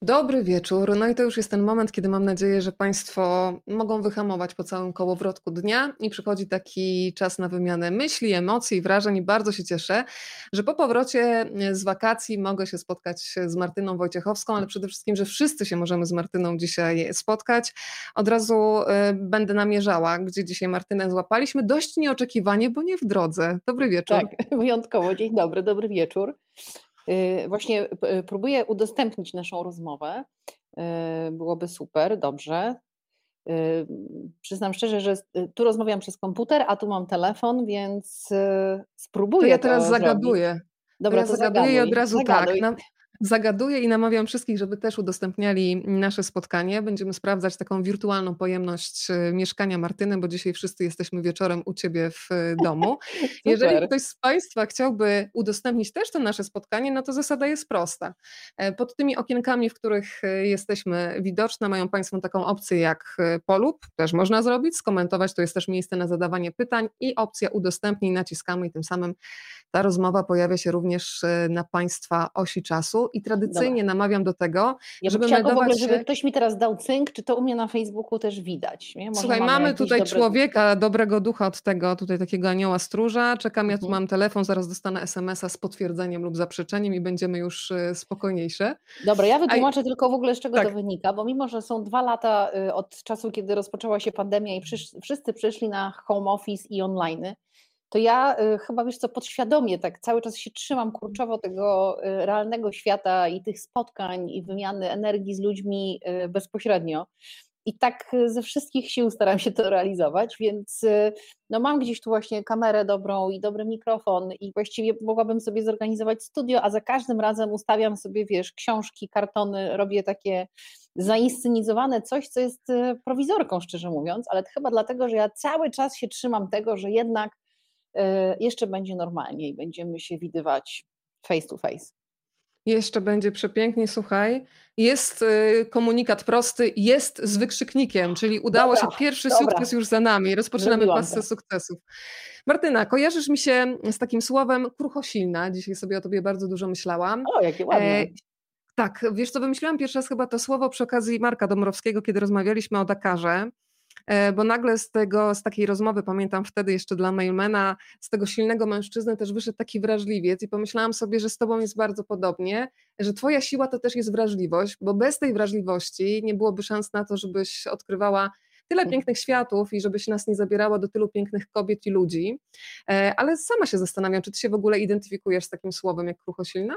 Dobry wieczór. No i to już jest ten moment, kiedy mam nadzieję, że Państwo mogą wyhamować po całym kołowrotku dnia i przychodzi taki czas na wymianę myśli, emocji, wrażeń i bardzo się cieszę, że po powrocie z wakacji mogę się spotkać z Martyną Wojciechowską, ale przede wszystkim, że wszyscy się możemy z Martyną dzisiaj spotkać. Od razu będę namierzała, gdzie dzisiaj Martynę złapaliśmy. Dość nieoczekiwanie, bo nie w drodze. Dobry wieczór. Tak, wyjątkowo. Dzień dobry, dobry wieczór. Właśnie próbuję udostępnić naszą rozmowę. Byłoby super, dobrze. Przyznam szczerze, że tu rozmawiam przez komputer, a tu mam telefon, więc To spróbuję ja teraz to zrobić. zagaduję. To Dobra, ja to zagaduję i od zagaduj, razu tak. zagaduj. Zagaduję i namawiam wszystkich, żeby też udostępniali nasze spotkanie. Będziemy sprawdzać taką wirtualną pojemność mieszkania Martyny, bo dzisiaj wszyscy jesteśmy wieczorem u ciebie w domu. Jeżeli Super. ktoś z Państwa chciałby udostępnić też to nasze spotkanie, no to zasada jest prosta. Pod tymi okienkami, w których jesteśmy widoczne, mają Państwo taką opcję jak polub, też można zrobić, skomentować, to jest też miejsce na zadawanie pytań i opcja udostępnij, naciskamy i tym samym ta rozmowa pojawia się również na Państwa osi czasu i Dobra. tradycyjnie namawiam do tego, Ja bym żeby chciała w ogóle, meldować żeby się. ktoś mi teraz dał cynk, czy to u mnie na Facebooku też widać. Nie? Może Słuchaj, mamy mamy jakieś tutaj dobre... człowieka, dobrego ducha od tego, tutaj takiego anioła stróża. Czekam, ja tu Mhm. mam telefon, zaraz dostanę SMS-a z potwierdzeniem lub zaprzeczeniem i będziemy już spokojniejsze. Dobra, ja A, wytłumaczę tylko w ogóle, z czego to tak, wynika, bo mimo, że są 2 lata od czasu, kiedy rozpoczęła się pandemia i wszyscy przeszli na home office i online, to ja chyba, wiesz co, podświadomie tak cały czas się trzymam kurczowo tego realnego świata i tych spotkań i wymiany energii z ludźmi bezpośrednio. I tak ze wszystkich sił staram się to realizować, więc no mam gdzieś tu właśnie kamerę dobrą i dobry mikrofon i właściwie mogłabym sobie zorganizować studio, a za każdym razem ustawiam sobie, wiesz, książki, kartony, robię takie zainscenizowane coś, co jest prowizorką, szczerze mówiąc, ale chyba dlatego, że ja cały czas się trzymam tego, że jednak jeszcze będzie normalnie i będziemy się widywać face to face. jeszcze będzie przepięknie, słuchaj. Jest komunikat prosty, jest z wykrzyknikiem, czyli udało się, Dobra, pierwszy dobra, sukces już za nami. Rozpoczynamy zrobiłam passę to. sukcesów. Martyna, kojarzysz mi się z takim słowem kruchosilna. Dzisiaj sobie o tobie bardzo dużo myślałam. O, jakie E, ładne. tak, wiesz co, wymyśliłam pierwszy raz chyba to słowo przy okazji Marka Dąbrowskiego, kiedy rozmawialiśmy o Dakarze. Bo nagle z takiej rozmowy, pamiętam wtedy jeszcze dla Mailmana, z tego silnego mężczyzny też wyszedł taki wrażliwiec i pomyślałam sobie, że z tobą jest bardzo podobnie, że twoja siła to też jest wrażliwość, bo bez tej wrażliwości nie byłoby szans na to, żebyś odkrywała tyle pięknych światów i żebyś nas nie zabierała do tylu pięknych kobiet i ludzi. Ale sama się zastanawiam, czy ty się w ogóle identyfikujesz z takim słowem jak kruchosilna?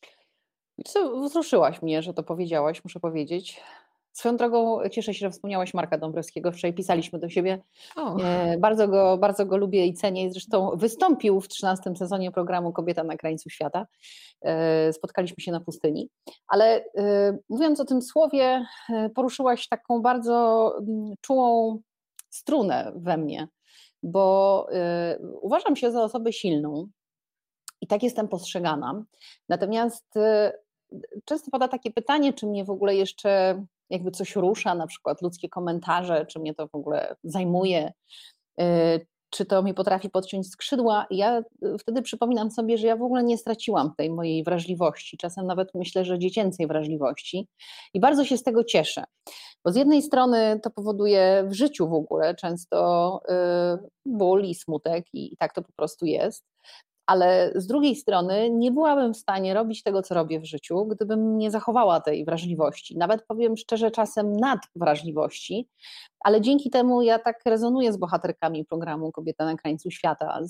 Co, wzruszyłaś mnie, że to powiedziałaś, muszę powiedzieć. Swoją drogą cieszę się, że wspomniałaś Marka Dąbrowskiego. Wczoraj pisaliśmy do siebie. O, Bardzo go lubię i cenię. Zresztą wystąpił w 13 sezonie programu Kobieta na krańcu świata. Spotkaliśmy się na pustyni. Ale mówiąc o tym słowie, poruszyłaś taką bardzo czułą strunę we mnie, bo uważam się za osobę silną i tak jestem postrzegana. Natomiast często pada takie pytanie, czy mnie w ogóle jeszcze jakby coś rusza, na przykład ludzkie komentarze, czy mnie to w ogóle zajmuje, czy to mi potrafi podciąć skrzydła. I ja wtedy przypominam sobie, że ja w ogóle nie straciłam tej mojej wrażliwości, czasem nawet myślę, że dziecięcej wrażliwości i bardzo się z tego cieszę. Bo z jednej strony to powoduje w życiu w ogóle często ból i smutek i tak to po prostu jest, ale z drugiej strony nie byłabym w stanie robić tego, co robię w życiu, gdybym nie zachowała tej wrażliwości. Nawet powiem szczerze, czasem nadwrażliwości, ale dzięki temu ja tak rezonuję z bohaterkami programu Kobieta na krańcu świata,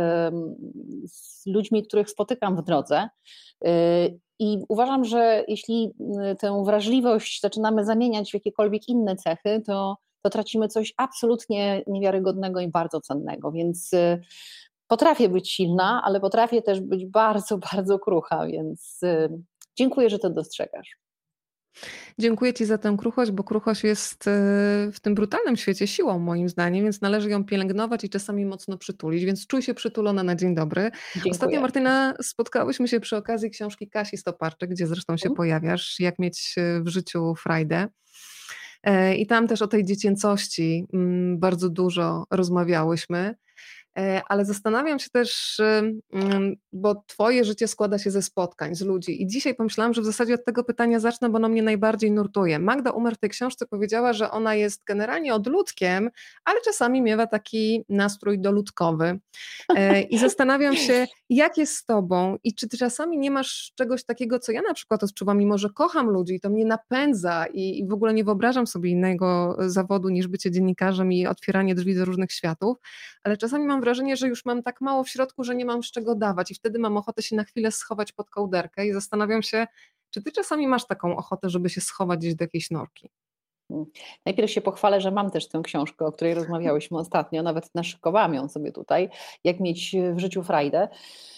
z ludźmi, których spotykam w drodze. I uważam, że jeśli tę wrażliwość zaczynamy zamieniać w jakiekolwiek inne cechy, to tracimy coś absolutnie niewiarygodnego i bardzo cennego. Więc potrafię być silna, ale potrafię też być bardzo, bardzo krucha, więc dziękuję, że to dostrzegasz. dziękuję ci za tę kruchość, bo kruchość jest w tym brutalnym świecie siłą moim zdaniem, więc należy ją pielęgnować i czasami mocno przytulić, więc czuj się przytulona na dzień dobry. Ostatnio, Dziękuję. Martyna, spotkałyśmy się przy okazji książki Kasi Stoparczyk, gdzie zresztą się pojawiasz, Jak mieć w życiu frajdę. I tam też o tej dziecięcości bardzo dużo rozmawiałyśmy. Ale zastanawiam się też, bo twoje życie składa się ze spotkań, z ludzi i dzisiaj pomyślałam, że w zasadzie od tego pytania zacznę, bo ono mnie najbardziej nurtuje. Magda Umer w tej książce powiedziała, że ona jest generalnie odludkiem, ale czasami miewa taki nastrój doludkowy. I zastanawiam się, jak jest z tobą i czy ty czasami nie masz czegoś takiego, co ja na przykład odczuwam, mimo że kocham ludzi i to mnie napędza i w ogóle nie wyobrażam sobie innego zawodu niż bycie dziennikarzem i otwieranie drzwi do różnych światów, ale czasami mam wrażenie, że już mam tak mało w środku, że nie mam z czego dawać i wtedy mam ochotę się na chwilę schować pod kołderkę i zastanawiam się, czy ty czasami masz taką ochotę, żeby się schować gdzieś do jakiejś norki? Najpierw się pochwalę, że mam też tę książkę, o której rozmawiałyśmy ostatnio, nawet naszykowałam ją sobie tutaj, jak mieć w życiu frajdę.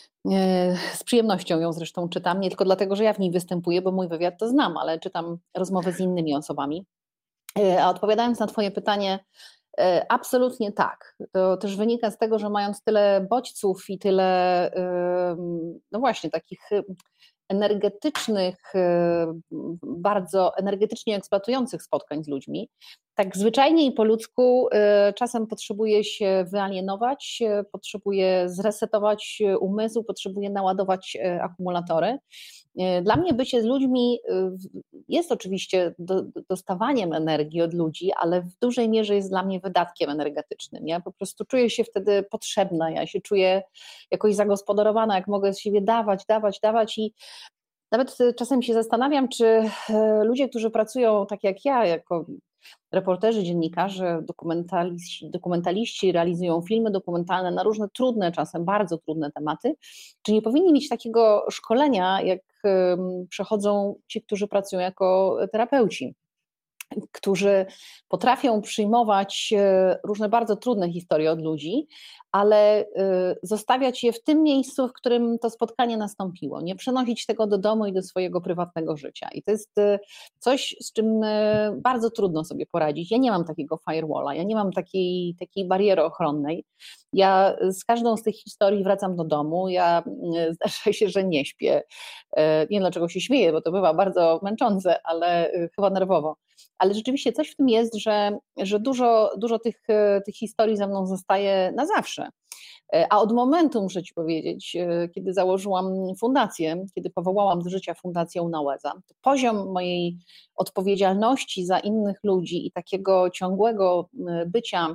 Z przyjemnością ją zresztą czytam, nie tylko dlatego, że ja w niej występuję, bo mój wywiad to znam, ale czytam rozmowy z innymi osobami. A odpowiadając na twoje pytanie, absolutnie tak. To też wynika z tego, że mając tyle bodźców i tyle, no właśnie, takich energetycznych, bardzo energetycznie eksploatujących spotkań z ludźmi, tak zwyczajnie i po ludzku czasem potrzebuje się wyalienować, potrzebuje zresetować umysł, potrzebuje naładować akumulatory. Dla mnie bycie z ludźmi jest oczywiście dostawaniem energii od ludzi, ale w dużej mierze jest dla mnie wydatkiem energetycznym. Ja po prostu czuję się wtedy potrzebna, ja się czuję jakoś zagospodarowana, jak mogę z siebie dawać i nawet czasem się zastanawiam, czy ludzie, którzy pracują tak jak ja, jako reporterzy, dziennikarze, dokumentaliści, realizują filmy dokumentalne na różne trudne, czasem bardzo trudne tematy, czy nie powinni mieć takiego szkolenia, jak przechodzą ci, którzy pracują jako terapeuci, którzy potrafią przyjmować różne bardzo trudne historie od ludzi, ale zostawiać je w tym miejscu, w którym to spotkanie nastąpiło, nie przenosić tego do domu i do swojego prywatnego życia. I to jest coś, z czym bardzo trudno sobie poradzić. Ja nie mam takiego firewalla, ja nie mam takiej bariery ochronnej. Ja z każdą z tych historii wracam do domu, ja zdarza się, że nie śpię. Nie wiem, dlaczego się śmieję, bo to bywa bardzo męczące, ale chyba nerwowo. Ale rzeczywiście coś w tym jest, że dużo tych historii ze mną zostaje na zawsze. A od momentu, muszę ci powiedzieć, kiedy założyłam fundację, kiedy powołałam do życia Fundację Unałeza, to poziom mojej odpowiedzialności za innych ludzi i takiego ciągłego bycia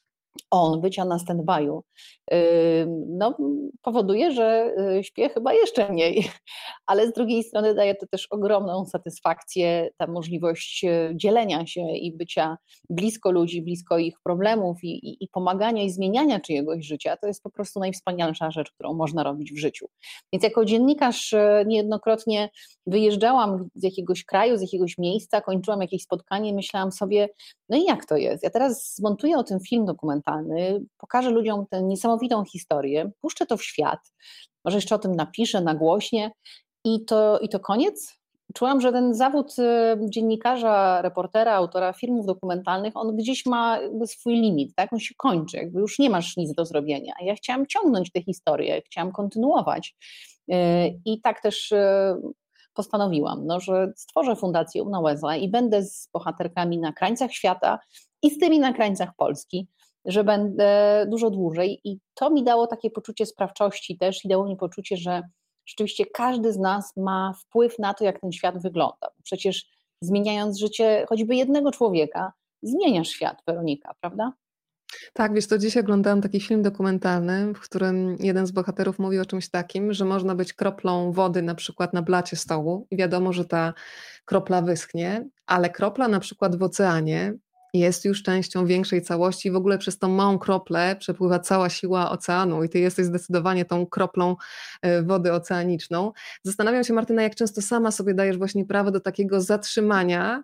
na stand-by'u, no, powoduje, że śpię chyba jeszcze mniej, ale z drugiej strony daje to też ogromną satysfakcję, ta możliwość dzielenia się i bycia blisko ludzi, blisko ich problemów i pomagania i zmieniania czyjegoś życia, to jest po prostu najwspanialsza rzecz, którą można robić w życiu. Więc jako dziennikarz niejednokrotnie wyjeżdżałam z jakiegoś kraju, z jakiegoś miejsca, kończyłam jakieś spotkanie i myślałam sobie, no i jak to jest? Ja teraz zmontuję o tym film dokumentalny, pokażę ludziom tę niesamowitą historię, puszczę to w świat, może jeszcze o tym napiszę nagłośnie i to koniec? Czułam, że ten zawód dziennikarza, reportera, autora filmów dokumentalnych, on gdzieś ma jakby swój limit, tak? On się kończy, jakby już nie masz nic do zrobienia. A ja chciałam ciągnąć tę historię, chciałam kontynuować i tak też postanowiłam, no, że stworzę Fundację Unałeza i będę z bohaterkami na krańcach świata i z tymi na krańcach Polski, że będę dużo dłużej i to mi dało takie poczucie sprawczości też i dało mi poczucie, że rzeczywiście każdy z nas ma wpływ na to, jak ten świat wygląda. Przecież zmieniając życie choćby jednego człowieka, zmieniasz świat, Weronika, prawda? Tak, wiesz, to dzisiaj oglądałam taki film dokumentalny, w którym jeden z bohaterów mówi o czymś takim, że można być kroplą wody na przykład na blacie stołu i wiadomo, że ta kropla wyschnie, ale kropla na przykład w oceanie jest już częścią większej całości i w ogóle przez tą małą kroplę przepływa cała siła oceanu i ty jesteś zdecydowanie tą kroplą wody oceaniczną. Zastanawiam się, Martyna, jak często sama sobie dajesz właśnie prawo do takiego zatrzymania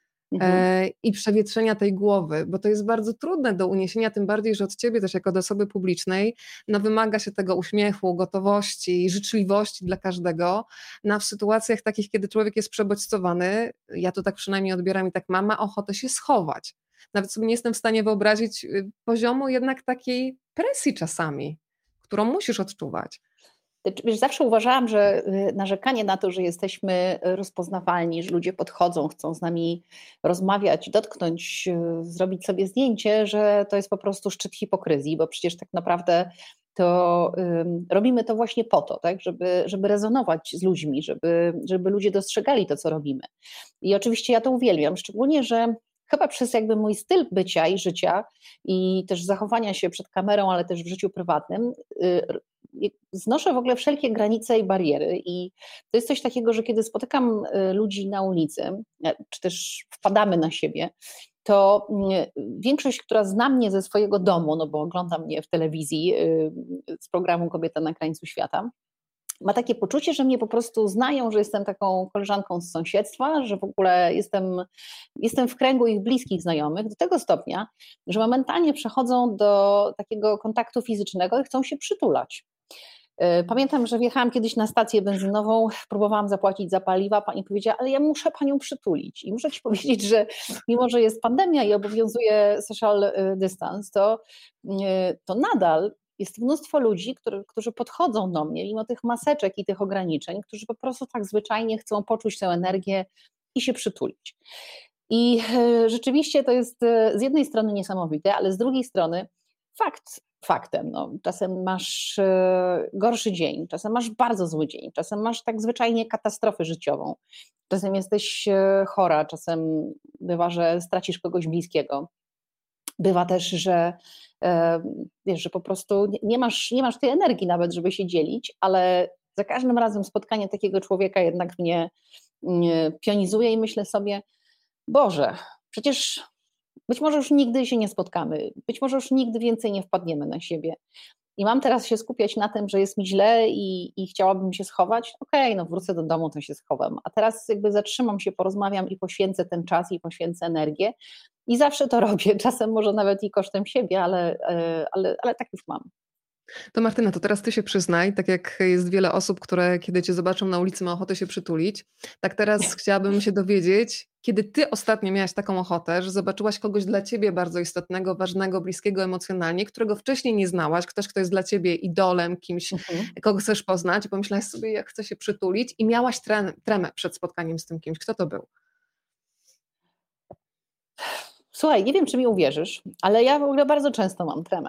i przewietrzenia tej głowy, bo to jest bardzo trudne do uniesienia, tym bardziej, że od ciebie też jako od osoby publicznej no wymaga się tego uśmiechu, gotowości, życzliwości dla każdego, w sytuacjach takich, kiedy człowiek jest przebodźcowany, ja to tak przynajmniej odbieram i tak ma ochotę się schować. Nawet sobie nie jestem w stanie wyobrazić poziomu jednak takiej presji czasami, którą musisz odczuwać. Wiesz, zawsze uważałam, że narzekanie na to, że jesteśmy rozpoznawalni, że ludzie podchodzą, chcą z nami rozmawiać, dotknąć, zrobić sobie zdjęcie, że to jest po prostu szczyt hipokryzji, bo przecież tak naprawdę to robimy to właśnie po to, tak? Żeby rezonować z ludźmi, żeby ludzie dostrzegali to, co robimy. I oczywiście ja to uwielbiam, szczególnie, że chyba przez jakby mój styl bycia i życia i też zachowania się przed kamerą, ale też w życiu prywatnym, znoszę w ogóle wszelkie granice i bariery i to jest coś takiego, że kiedy spotykam ludzi na ulicy, czy też wpadamy na siebie, to większość, która zna mnie ze swojego domu, no bo ogląda mnie w telewizji z programu Kobieta na krańcu świata, ma takie poczucie, że mnie po prostu znają, że jestem taką koleżanką z sąsiedztwa, że w ogóle jestem w kręgu ich bliskich znajomych do tego stopnia, że momentalnie przechodzą do takiego kontaktu fizycznego i chcą się przytulać. Pamiętam, że wjechałam kiedyś na stację benzynową, próbowałam zapłacić za paliwa, pani powiedziała, ale ja muszę panią przytulić. I muszę ci powiedzieć, że mimo, że jest pandemia i obowiązuje social distance, to nadal jest mnóstwo ludzi, którzy podchodzą do mnie, mimo tych maseczek i tych ograniczeń, którzy po prostu tak zwyczajnie chcą poczuć tę energię i się przytulić. I rzeczywiście to jest z jednej strony niesamowite, ale z drugiej strony faktem. No, czasem masz gorszy dzień, czasem masz bardzo zły dzień, czasem masz tak zwyczajnie katastrofę życiową, czasem jesteś chora, czasem bywa, że stracisz kogoś bliskiego. Bywa też, że wiesz, że po prostu nie masz tej energii nawet, żeby się dzielić, ale za każdym razem spotkanie takiego człowieka jednak mnie pionizuje i myślę sobie, Boże, przecież być może już nigdy się nie spotkamy, być może już nigdy więcej nie wpadniemy na siebie. I mam teraz się skupiać na tym, że jest mi źle i chciałabym się schować. Okej, no wrócę do domu, to się schowam. A teraz jakby zatrzymam się, porozmawiam i poświęcę ten czas i poświęcę energię. I zawsze to robię, czasem może nawet i kosztem siebie, ale tak już mam. To Martyna, to teraz ty się przyznaj, tak jak jest wiele osób, które kiedy cię zobaczą na ulicy, ma ochotę się przytulić, tak teraz chciałabym się dowiedzieć, kiedy ty ostatnio miałaś taką ochotę, że zobaczyłaś kogoś dla ciebie bardzo istotnego, ważnego, bliskiego emocjonalnie, którego wcześniej nie znałaś, ktoś, kto jest dla ciebie idolem, kimś, kogo chcesz poznać i pomyślałaś sobie, jak chcę się przytulić i miałaś tremę przed spotkaniem z tym kimś. Kto to był? Słuchaj, nie wiem, czy mi uwierzysz, ale ja w ogóle bardzo często mam tremę.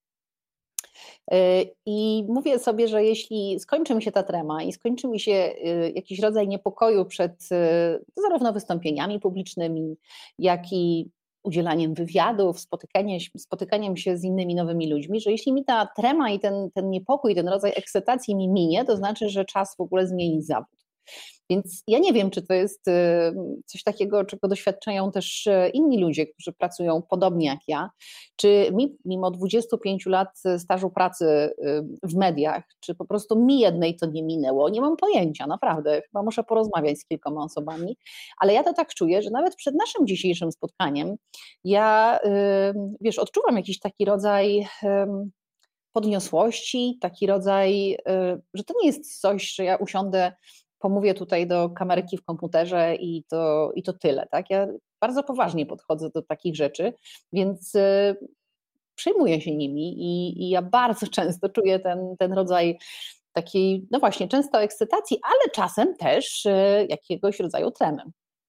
I mówię sobie, że jeśli skończy mi się ta trema i skończy mi się jakiś rodzaj niepokoju przed zarówno wystąpieniami publicznymi, jak i udzielaniem wywiadów, spotykaniem się z innymi nowymi ludźmi, że jeśli mi ta trema i ten niepokój, ten rodzaj ekscytacji mi minie, to znaczy, że czas w ogóle zmienić zawód. Więc ja nie wiem, czy to jest coś takiego, czego doświadczają też inni ludzie, którzy pracują podobnie jak ja, czy mimo 25 lat stażu pracy w mediach, czy po prostu mi jednej to nie minęło, nie mam pojęcia, naprawdę, chyba muszę porozmawiać z kilkoma osobami, ale ja to tak czuję, że nawet przed naszym dzisiejszym spotkaniem ja, wiesz, odczuwam jakiś taki rodzaj podniosłości, taki rodzaj, że to nie jest coś, że ja usiądę, pomówię tutaj do kamerki w komputerze i to tyle. Tak? Ja bardzo poważnie podchodzę do takich rzeczy, więc przejmuję się nimi i ja bardzo często czuję ten rodzaj takiej, no właśnie, często ekscytacji, ale czasem też jakiegoś rodzaju tremy.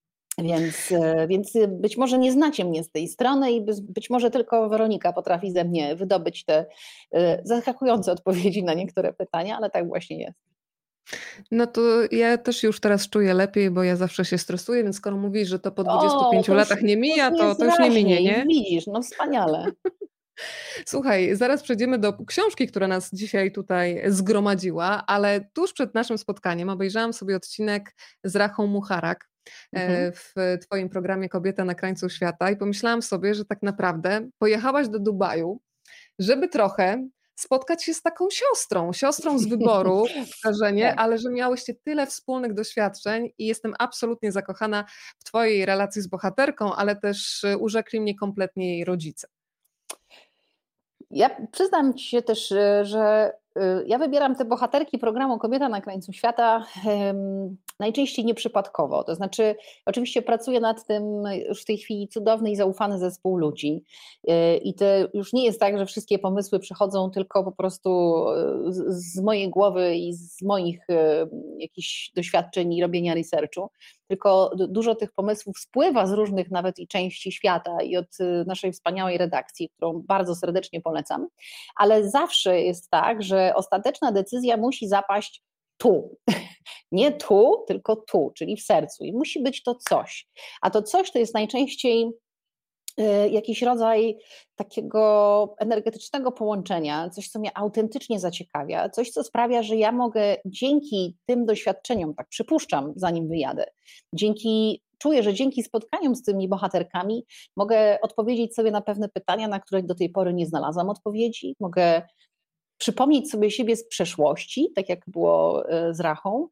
Więc być może nie znacie mnie z tej strony i być może tylko Weronika potrafi ze mnie wydobyć te zaskakujące odpowiedzi na niektóre pytania, ale tak właśnie jest. No to ja też już teraz czuję lepiej, bo ja zawsze się stresuję, więc skoro mówisz, że to po 25 latach nie mija, to już nie minie, nie? Widzisz, no wspaniale. Słuchaj, zaraz przejdziemy do książki, która nas dzisiaj tutaj zgromadziła, ale tuż przed naszym spotkaniem obejrzałam sobie odcinek z Rachą Mucharak w twoim programie Kobieta na krańcu świata i pomyślałam sobie, że tak naprawdę pojechałaś do Dubaju, żeby trochę spotkać się z taką siostrą z wyboru, wrażenie, ale że miałyście tyle wspólnych doświadczeń i jestem absolutnie zakochana w twojej relacji z bohaterką, ale też urzekli mnie kompletnie jej rodzice. Ja przyznam ci się też, że ja wybieram te bohaterki programu Kobieta na krańcu świata najczęściej nieprzypadkowo. To znaczy, oczywiście pracuję nad tym już w tej chwili cudowny i zaufany zespół ludzi. I to już nie jest tak, że wszystkie pomysły przychodzą tylko po prostu z mojej głowy i z moich jakichś doświadczeń i robienia researchu, tylko dużo tych pomysłów spływa z różnych nawet i części świata i od naszej wspaniałej redakcji, którą bardzo serdecznie polecam, ale zawsze jest tak, że ostateczna decyzja musi zapaść tu. Nie tu, tylko tu, czyli w sercu i musi być to coś. A to coś to jest najczęściej jakiś rodzaj takiego energetycznego połączenia, coś, co mnie autentycznie zaciekawia, coś, co sprawia, że ja mogę dzięki tym doświadczeniom, tak przypuszczam, zanim wyjadę, czuję, że dzięki spotkaniom z tymi bohaterkami mogę odpowiedzieć sobie na pewne pytania, na które do tej pory nie znalazłam odpowiedzi, mogę przypomnieć sobie siebie z przeszłości, tak jak było z Rachą,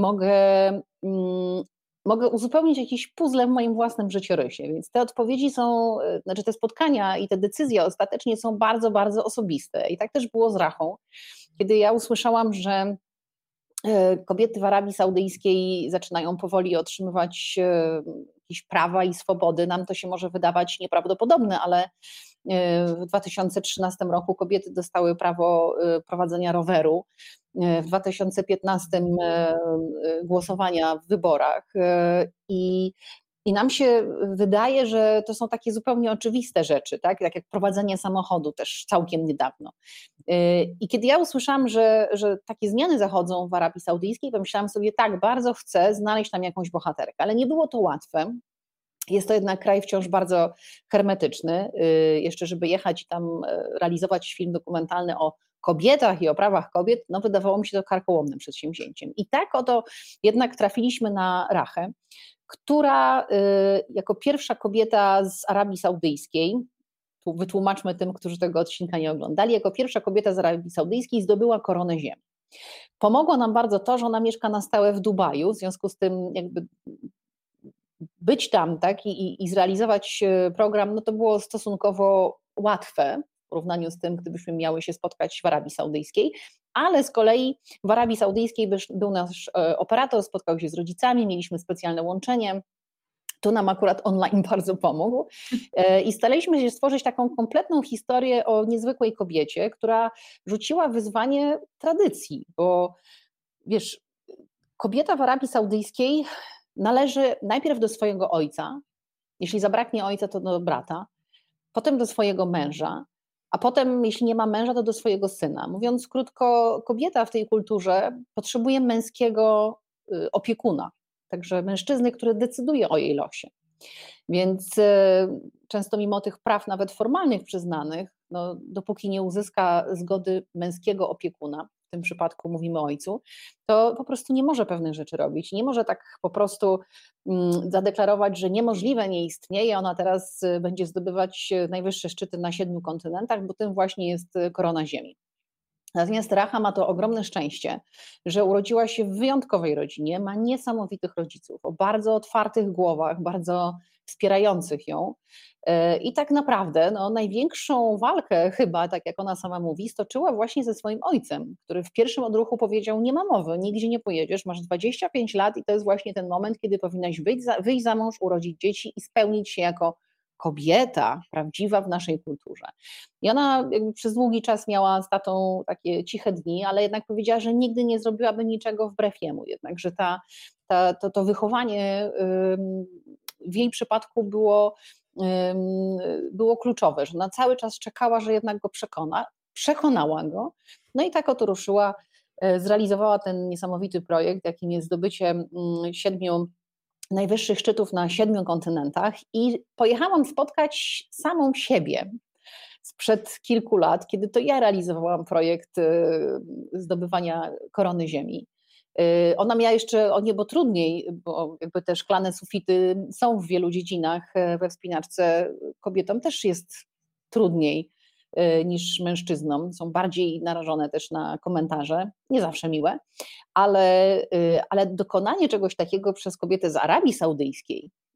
mogę uzupełnić jakiś puzzle w moim własnym życiorysie, więc te odpowiedzi znaczy te spotkania i te decyzje ostatecznie są bardzo, bardzo osobiste. I tak też było z Rachą, kiedy ja usłyszałam, że kobiety w Arabii Saudyjskiej zaczynają powoli otrzymywać jakieś prawa i swobody. Nam to się może wydawać nieprawdopodobne, ale w 2013 roku kobiety dostały prawo prowadzenia roweru, w 2015 głosowania w wyborach i nam się wydaje, że to są takie zupełnie oczywiste rzeczy, tak jak prowadzenie samochodu też całkiem niedawno. I kiedy ja usłyszałam, że takie zmiany zachodzą w Arabii Saudyjskiej, pomyślałam sobie, tak, bardzo chcę znaleźć tam jakąś bohaterkę, ale nie było to łatwe. Jest to jednak kraj wciąż bardzo hermetyczny. Jeszcze żeby jechać i tam realizować film dokumentalny o kobietach i o prawach kobiet, no wydawało mi się to karkołomnym przedsięwzięciem. I tak oto jednak trafiliśmy na Rachę, która jako pierwsza kobieta z Arabii Saudyjskiej, tu wytłumaczmy tym, którzy tego odcinka nie oglądali, jako pierwsza kobieta z Arabii Saudyjskiej zdobyła koronę ziemi. Pomogło nam bardzo to, że ona mieszka na stałe w Dubaju, w związku z tym jakby być tam, tak, i zrealizować program, no to było stosunkowo łatwe w porównaniu z tym, gdybyśmy miały się spotkać w Arabii Saudyjskiej, ale z kolei w Arabii Saudyjskiej był nasz operator, spotkał się z rodzicami, mieliśmy specjalne łączenie, tu nam akurat online bardzo pomógł i staraliśmy się stworzyć taką kompletną historię o niezwykłej kobiecie, która rzuciła wyzwanie tradycji, bo wiesz, kobieta w Arabii Saudyjskiej należy najpierw do swojego ojca, jeśli zabraknie ojca, to do brata, potem do swojego męża, a potem, jeśli nie ma męża, to do swojego syna. Mówiąc krótko, kobieta w tej kulturze potrzebuje męskiego opiekuna, także mężczyzny, który decyduje o jej losie. Więc często mimo tych praw nawet formalnych przyznanych, no, dopóki nie uzyska zgody męskiego opiekuna, w tym przypadku mówimy o ojcu, to po prostu nie może pewnych rzeczy robić. Nie może tak po prostu zadeklarować, że niemożliwe nie istnieje, ona teraz będzie zdobywać najwyższe szczyty na 7 kontynentach, bo tym właśnie jest korona ziemi. Natomiast Racha ma to ogromne szczęście, że urodziła się w wyjątkowej rodzinie, ma niesamowitych rodziców, o bardzo otwartych głowach, bardzo wspierających ją i tak naprawdę no, największą walkę chyba, tak jak ona sama mówi, stoczyła właśnie ze swoim ojcem, który w pierwszym odruchu powiedział, nie ma mowy, nigdzie nie pojedziesz, masz 25 lat i to jest właśnie ten moment, kiedy powinnaś wyjść za mąż, urodzić dzieci i spełnić się jako kobieta prawdziwa w naszej kulturze. I ona jakby przez długi czas miała z tatą takie ciche dni, ale jednak powiedziała, że nigdy nie zrobiłaby niczego wbrew jemu, jednak, że to wychowanie w jej przypadku było kluczowe, że ona cały czas czekała, że jednak go przekonała go, no i tak oto ruszyła, zrealizowała ten niesamowity projekt, jakim jest zdobycie 7 najwyższych szczytów na 7 kontynentach i pojechałam spotkać samą siebie sprzed kilku lat, kiedy to ja realizowałam projekt zdobywania korony ziemi. Ona miała jeszcze o niebo trudniej, bo jakby te szklane sufity są w wielu dziedzinach, we wspinaczce kobietom też jest trudniej niż mężczyznom, są bardziej narażone też na komentarze, nie zawsze miłe, ale dokonanie czegoś takiego przez kobietę z Arabii Saudyjskiej,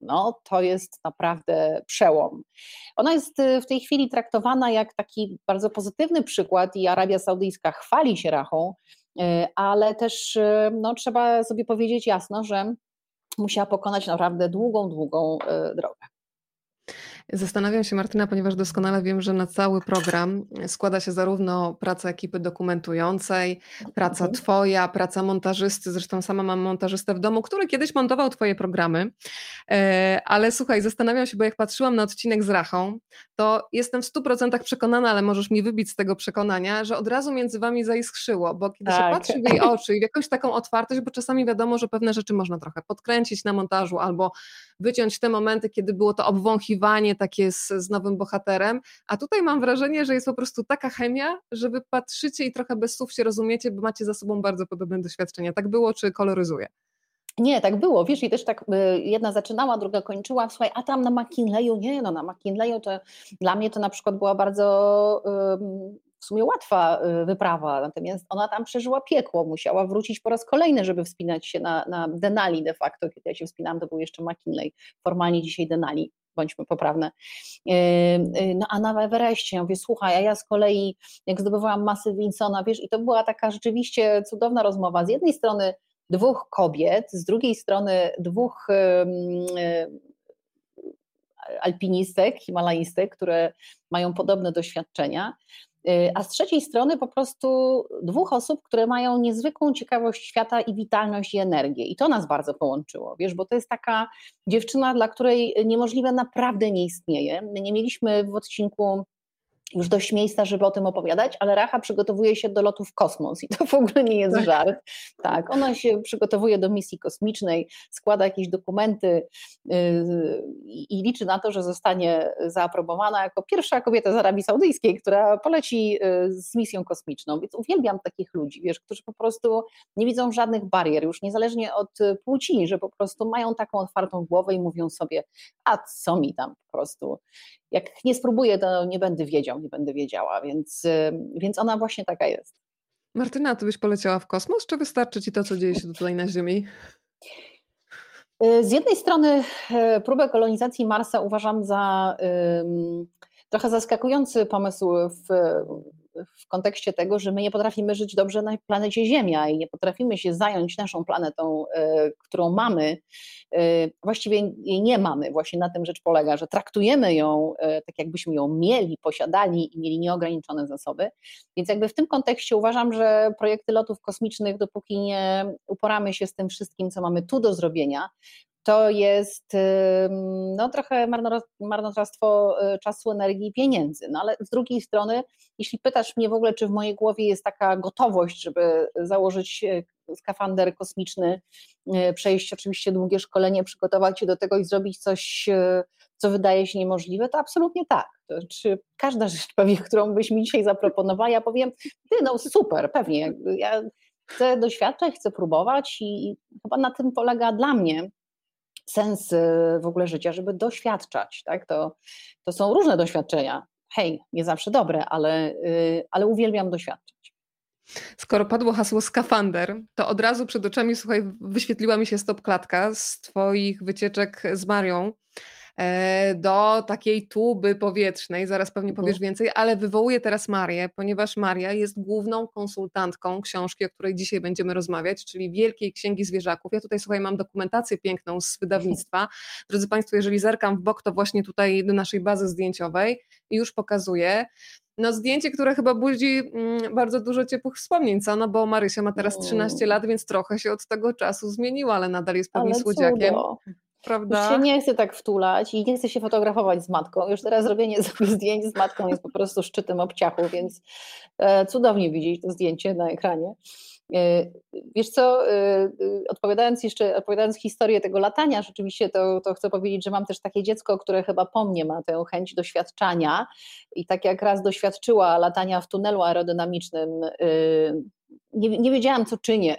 no to jest naprawdę przełom. Ona jest w tej chwili traktowana jak taki bardzo pozytywny przykład i Arabia Saudyjska chwali się Rahą, ale też no, trzeba sobie powiedzieć jasno, że musiała pokonać naprawdę długą drogę. Zastanawiam się, Martyna, ponieważ doskonale wiem, że na cały program składa się zarówno praca ekipy dokumentującej, praca twoja, praca montażysty, zresztą sama mam montażystę w domu, który kiedyś montował twoje programy, ale słuchaj, zastanawiam się, bo jak patrzyłam na odcinek z Rachą, to jestem w 100% przekonana, ale możesz mi wybić z tego przekonania, że od razu między wami zaiskrzyło, bo kiedy się patrzy w jej oczy i w jakąś taką otwartość, bo czasami wiadomo, że pewne rzeczy można trochę podkręcić na montażu albo wyciąć te momenty, kiedy było to obwąchiwanie takie z nowym bohaterem, a tutaj mam wrażenie, że jest po prostu taka chemia, że wy patrzycie i trochę bez słów się rozumiecie, bo macie za sobą bardzo podobne doświadczenia. Tak było, czy koloryzuje? Nie, tak było, wiesz, i też tak jedna zaczynała, druga kończyła, słuchaj, a tam na McKinleyu, nie, no na McKinleyu to dla mnie to na przykład była bardzo w sumie łatwa wyprawa, natomiast ona tam przeżyła piekło, musiała wrócić po raz kolejny, żeby wspinać się na Denali de facto, kiedy ja się wspinałam, to był jeszcze McKinley, formalnie dzisiaj Denali, bądźmy poprawne. No a na Everestie, ja mówię, słuchaj, a ja z kolei jak zdobywałam masy Winsona, wiesz, i to była taka rzeczywiście cudowna rozmowa, z jednej strony dwóch kobiet, z drugiej strony dwóch alpinistek, himalaistek, które mają podobne doświadczenia, a z trzeciej strony po prostu dwóch osób, które mają niezwykłą ciekawość świata i witalność i energię. I to nas bardzo połączyło, wiesz, bo to jest taka dziewczyna, dla której niemożliwe naprawdę nie istnieje. My nie mieliśmy w odcinku już dość miejsca, żeby o tym opowiadać, ale Racha przygotowuje się do lotu w kosmos i to w ogóle nie jest żart. Tak, ona się przygotowuje do misji kosmicznej, składa jakieś dokumenty i liczy na to, że zostanie zaaprobowana jako pierwsza kobieta z Arabii Saudyjskiej, która poleci z misją kosmiczną. Więc uwielbiam takich ludzi, wiesz, którzy po prostu nie widzą żadnych barier, już niezależnie od płci, że po prostu mają taką otwartą głowę i mówią sobie, a co mi tam po prostu. Jak nie spróbuję, to nie będę wiedział, nie będę wiedziała, więc ona właśnie taka jest. Martyna, ty byś poleciała w kosmos, czy wystarczy ci to, co dzieje się tutaj na Ziemi? Z jednej strony próbę kolonizacji Marsa uważam za trochę zaskakujący pomysł w kontekście tego, że my nie potrafimy żyć dobrze na planecie Ziemia i nie potrafimy się zająć naszą planetą, którą mamy. Właściwie jej nie mamy, właśnie na tym rzecz polega, że traktujemy ją tak, jakbyśmy ją mieli, posiadali i mieli nieograniczone zasoby. Więc jakby w tym kontekście uważam, że projekty lotów kosmicznych, dopóki nie uporamy się z tym wszystkim, co mamy tu do zrobienia, to jest no, trochę marnotrawstwo czasu, energii i pieniędzy. No ale z drugiej strony, jeśli pytasz mnie w ogóle, czy w mojej głowie jest taka gotowość, żeby założyć skafander kosmiczny, przejść oczywiście długie szkolenie, przygotować się do tego i zrobić coś, co wydaje się niemożliwe, to absolutnie tak. To znaczy, każda rzecz, pewnie, którą byś mi dzisiaj zaproponowała, ja powiem, no super, pewnie, ja chcę doświadczać, chcę próbować i chyba na tym polega dla mnie sens w ogóle życia, żeby doświadczać, tak? To są różne doświadczenia. Hej, nie zawsze dobre, ale uwielbiam doświadczać. Skoro padło hasło skafander, to od razu przed oczami, słuchaj, wyświetliła mi się stopklatka z twoich wycieczek z Marią do takiej tuby powietrznej, zaraz pewnie powiesz więcej, ale wywołuję teraz Marię, ponieważ Maria jest główną konsultantką książki, o której dzisiaj będziemy rozmawiać, czyli Wielkiej Księgi Zwierzaków. Ja tutaj, słuchaj, mam dokumentację piękną z wydawnictwa. Drodzy Państwo, jeżeli zerkam w bok, to właśnie tutaj do naszej bazy zdjęciowej i już pokazuję. No zdjęcie, które chyba budzi bardzo dużo ciepłych wspomnień, co? No bo Marysia ma teraz 13 lat, więc trochę się od tego czasu zmieniła, ale nadal jest pewnie słodziakiem. Prawda? Już się nie chcę tak wtulać i nie chcę się fotografować z matką. Już teraz robienie sobie zdjęć z matką jest po prostu szczytem obciachu, więc cudownie widzieć to zdjęcie na ekranie. Wiesz co, opowiadając historię tego latania, rzeczywiście to chcę powiedzieć, że mam też takie dziecko, które chyba po mnie ma tę chęć doświadczania i tak jak raz doświadczyła latania w tunelu aerodynamicznym, nie wiedziałam, co czynię.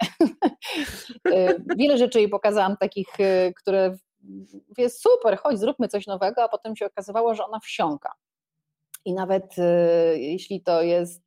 Wiele rzeczy jej pokazałam takich, które mówię, super, chodź, zróbmy coś nowego, a potem się okazywało, że ona wsiąka. I nawet jeśli to jest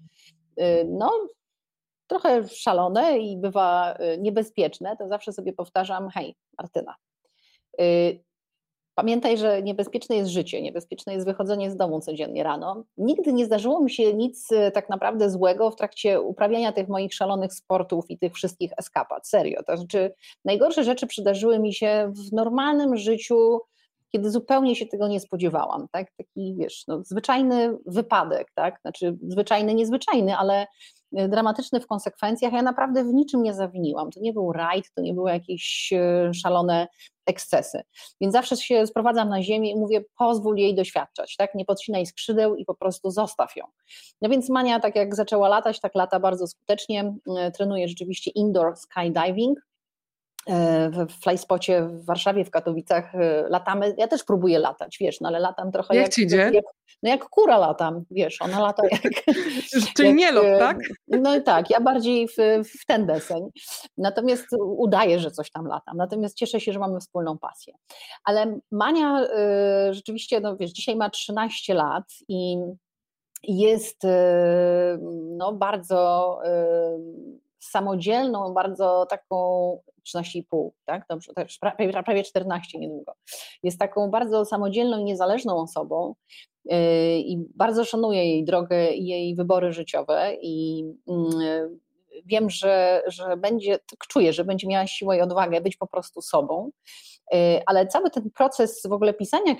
no, trochę szalone i bywa niebezpieczne, to zawsze sobie powtarzam, hej, Martyna, Pamiętaj, że niebezpieczne jest życie, niebezpieczne jest wychodzenie z domu codziennie rano. Nigdy nie zdarzyło mi się nic tak naprawdę złego w trakcie uprawiania tych moich szalonych sportów i tych wszystkich eskapad, serio. To znaczy najgorsze rzeczy przydarzyły mi się w normalnym życiu, kiedy zupełnie się tego nie spodziewałam, tak? Taki, wiesz, no, zwyczajny wypadek, tak? Znaczy zwyczajny, niezwyczajny, ale dramatyczny w konsekwencjach. Ja naprawdę w niczym nie zawiniłam. To nie był rajd, to nie były jakieś szalone ekscesy. Więc zawsze się sprowadzam na ziemię i mówię, pozwól jej doświadczać, tak? Nie podcinaj skrzydeł i po prostu zostaw ją. No więc Mania, tak jak zaczęła latać, tak lata bardzo skutecznie. Trenuje rzeczywiście indoor skydiving. W Flyspocie w Warszawie, w Katowicach latamy, ja też próbuję latać, wiesz, no ale latam trochę Jak ci idzie? jak kura latam, wiesz, ona lata jak... Czyli nie lot, tak? No i tak, ja bardziej w ten deseń, natomiast udaję, że coś tam latam, natomiast cieszę się, że mamy wspólną pasję. Ale Mania rzeczywiście, no wiesz, dzisiaj ma 13 lat i jest no bardzo samodzielną, bardzo taką 13,5, tak? Dobrze, też prawie 14 niedługo. Jest taką bardzo samodzielną i niezależną osobą i bardzo szanuję jej drogę i jej wybory życiowe i wiem, że będzie, tak czuję, że będzie miała siłę i odwagę być po prostu sobą, ale cały ten proces w ogóle pisania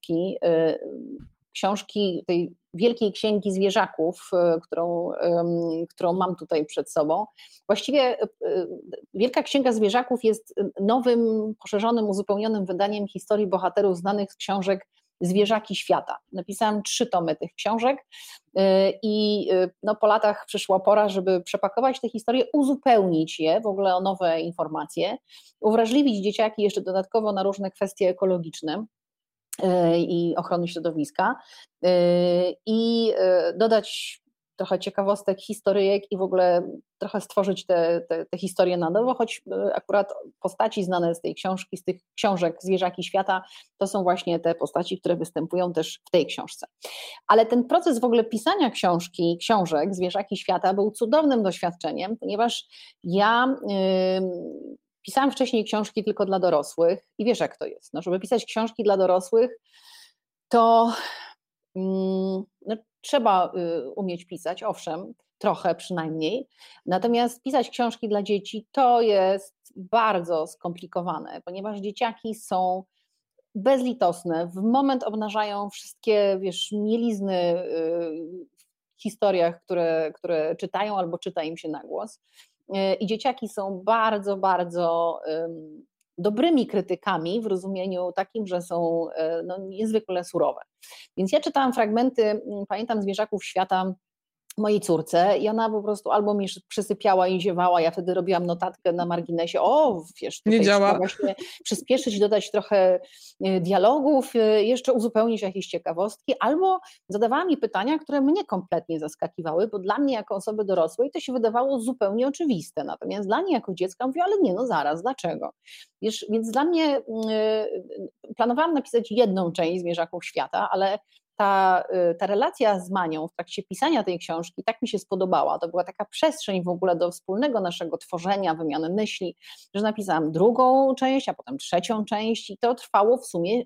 książki tej wielkiej księgi zwierzaków, którą mam tutaj przed sobą. Właściwie Wielka Księga Zwierzaków jest nowym, poszerzonym, uzupełnionym wydaniem historii bohaterów znanych z książek Zwierzaki Świata. Napisałam 3 tomy tych książek i no, po latach przyszła pora, żeby przepakować te historie, uzupełnić je w ogóle o nowe informacje, uwrażliwić dzieciaki jeszcze dodatkowo na różne kwestie ekologiczne i ochrony środowiska i dodać trochę ciekawostek, historyjek i w ogóle trochę stworzyć te historie na nowo, choć akurat postaci znane z tej książki, z tych książek Zwierzaki Świata, to są właśnie te postaci, które występują też w tej książce. Ale ten proces w ogóle pisania książek Zwierzaki Świata był cudownym doświadczeniem, ponieważ ja pisałam wcześniej książki tylko dla dorosłych i wiesz jak to jest, no, żeby pisać książki dla dorosłych, to no, trzeba umieć pisać, owszem, trochę przynajmniej, natomiast pisać książki dla dzieci to jest bardzo skomplikowane, ponieważ dzieciaki są bezlitosne, w moment obnażają wszystkie, wiesz, mielizny w historiach, które czytają albo czyta im się na głos. I dzieciaki są bardzo, bardzo dobrymi krytykami w rozumieniu takim, że są no, niezwykle surowe. Więc ja czytałam fragmenty, pamiętam, Zwierzaków Świata mojej córce i ona po prostu albo mi przysypiała i ziewała, ja wtedy robiłam notatkę na marginesie, wiesz, tutaj trzeba właśnie przyspieszyć, dodać trochę dialogów, jeszcze uzupełnić jakieś ciekawostki, albo zadawała mi pytania, które mnie kompletnie zaskakiwały, bo dla mnie jako osoby dorosłej to się wydawało zupełnie oczywiste, natomiast dla niej jako dziecka mówię, ale nie, no zaraz, dlaczego? Wiesz, więc dla mnie planowałam napisać 1 część Zwierzaków Świata, ale ta relacja z Manią w trakcie pisania tej książki tak mi się spodobała, to była taka przestrzeń w ogóle do wspólnego naszego tworzenia, wymiany myśli, że napisałam 2. część, a potem 3. część i to trwało w sumie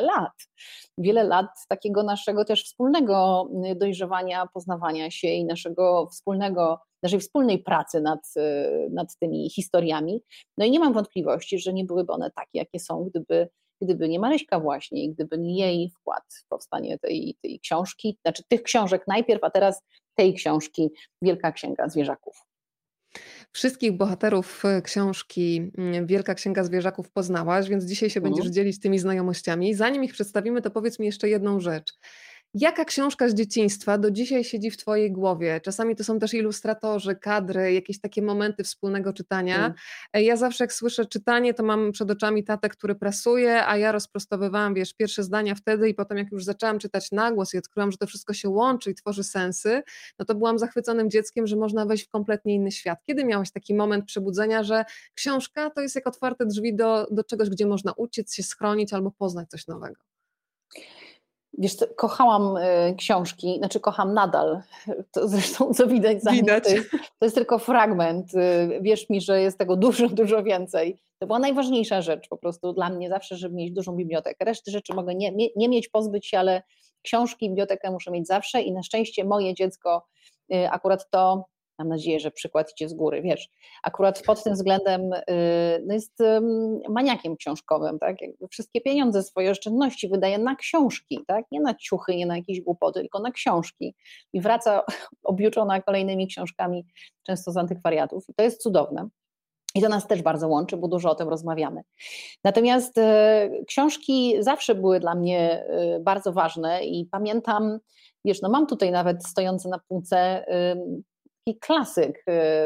wiele lat takiego naszego też wspólnego dojrzewania, poznawania się i naszej wspólnej pracy nad tymi historiami. No i nie mam wątpliwości, że nie byłyby one takie, jakie są, gdyby nie Maryśka właśnie i gdyby nie jej wkład w powstanie tej książki, znaczy tych książek najpierw, a teraz tej książki Wielka Księga Zwierzaków. Wszystkich bohaterów książki Wielka Księga Zwierzaków poznałaś, więc dzisiaj się będziesz dzielić tymi znajomościami. Zanim ich przedstawimy, to powiedz mi jeszcze jedną rzecz. Jaka książka z dzieciństwa do dzisiaj siedzi w twojej głowie? Czasami to są też ilustratorzy, kadry, jakieś takie momenty wspólnego czytania. Ja zawsze jak słyszę czytanie, to mam przed oczami tatę, który prasuje, a ja rozprostowywałam, wiesz, pierwsze zdania wtedy i potem jak już zaczęłam czytać na głos i odkryłam, że to wszystko się łączy i tworzy sensy, no to byłam zachwyconym dzieckiem, że można wejść w kompletnie inny świat. Kiedy miałaś taki moment przebudzenia, że książka to jest jak otwarte drzwi do czegoś, gdzie można uciec się, schronić albo poznać coś nowego? Wiesz co, kochałam książki, znaczy kocham nadal, to zresztą co widać za mnie, to jest tylko fragment, wierz mi, że jest tego dużo, dużo więcej. To była najważniejsza rzecz po prostu dla mnie zawsze, żeby mieć dużą bibliotekę. Reszty rzeczy mogę nie mieć, pozbyć się, ale książki, bibliotekę muszę mieć zawsze i na szczęście moje dziecko akurat to, mam nadzieję, że przykład idzie z góry, wiesz, akurat pod tym względem no jest maniakiem książkowym, tak? Jakby wszystkie pieniądze, swoje oszczędności wydaje na książki, tak? Nie na ciuchy, nie na jakieś głupoty, tylko na książki i wraca objuczona kolejnymi książkami, często z antykwariatów i to jest cudowne. I to nas też bardzo łączy, bo dużo o tym rozmawiamy. Natomiast książki zawsze były dla mnie bardzo ważne i pamiętam, wiesz, no mam tutaj nawet stojący na półce taki klasyk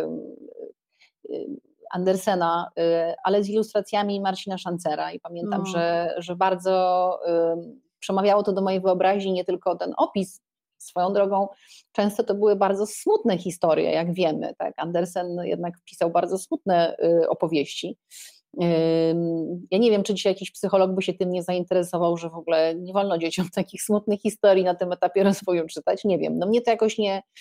Andersena, ale z ilustracjami Marcina Szancera i pamiętam, że bardzo przemawiało to do mojej wyobraźni, nie tylko ten opis. Swoją drogą często to były bardzo smutne historie, jak wiemy. Tak? Andersen jednak pisał bardzo smutne opowieści. Ja nie wiem, czy dzisiaj jakiś psycholog by się tym nie zainteresował, że w ogóle nie wolno dzieciom takich smutnych historii na tym etapie rozwoju czytać. Nie wiem, no mnie to jakoś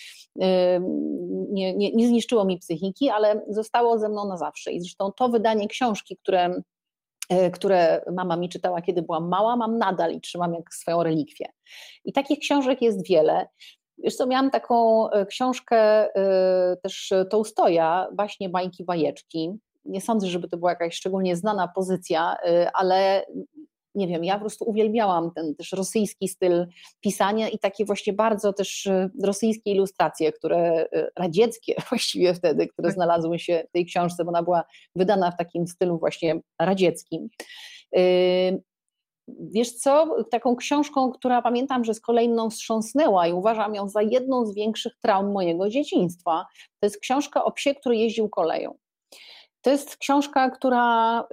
nie zniszczyło mi psychiki, ale zostało ze mną na zawsze. I zresztą to wydanie książki, które mama mi czytała, kiedy byłam mała, mam nadal i trzymam jak swoją relikwię. I takich książek jest wiele. Wiesz co, miałam taką książkę też Tołstoja, Baśnie, bajki, bajeczki. Nie sądzę, żeby to była jakaś szczególnie znana pozycja, ale nie wiem, ja po prostu uwielbiałam ten też rosyjski styl pisania i takie właśnie bardzo też rosyjskie ilustracje, które radzieckie właściwie wtedy, które znalazły się w tej książce, bo ona była wydana w takim stylu właśnie radzieckim. Wiesz co, taką książką, która pamiętam, że z kolei mną wstrząsnęła i uważam ją za jedną z większych traum mojego dzieciństwa, to jest książka o psie, który jeździł koleją. To jest książka, która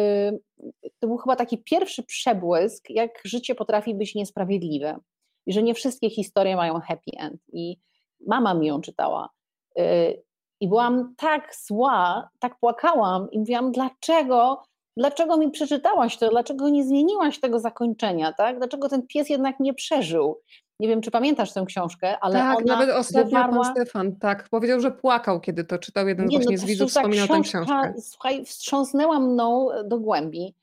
to był chyba taki pierwszy przebłysk, jak życie potrafi być niesprawiedliwe i że nie wszystkie historie mają happy end. I mama mi ją czytała i byłam tak zła, tak płakałam i mówiłam, dlaczego mi przeczytałaś to, dlaczego nie zmieniłaś tego zakończenia, tak? Dlaczego ten pies jednak nie przeżył? Nie wiem, czy pamiętasz tę książkę, ale tak, ona nawet ostatnio pan wywarła... Stefan tak powiedział, że płakał, kiedy to czytał. Jeden Nie, no właśnie po z prostu widzów ta wspominał tę książka, książkę. słuchaj, wstrząsnęła mną do głębi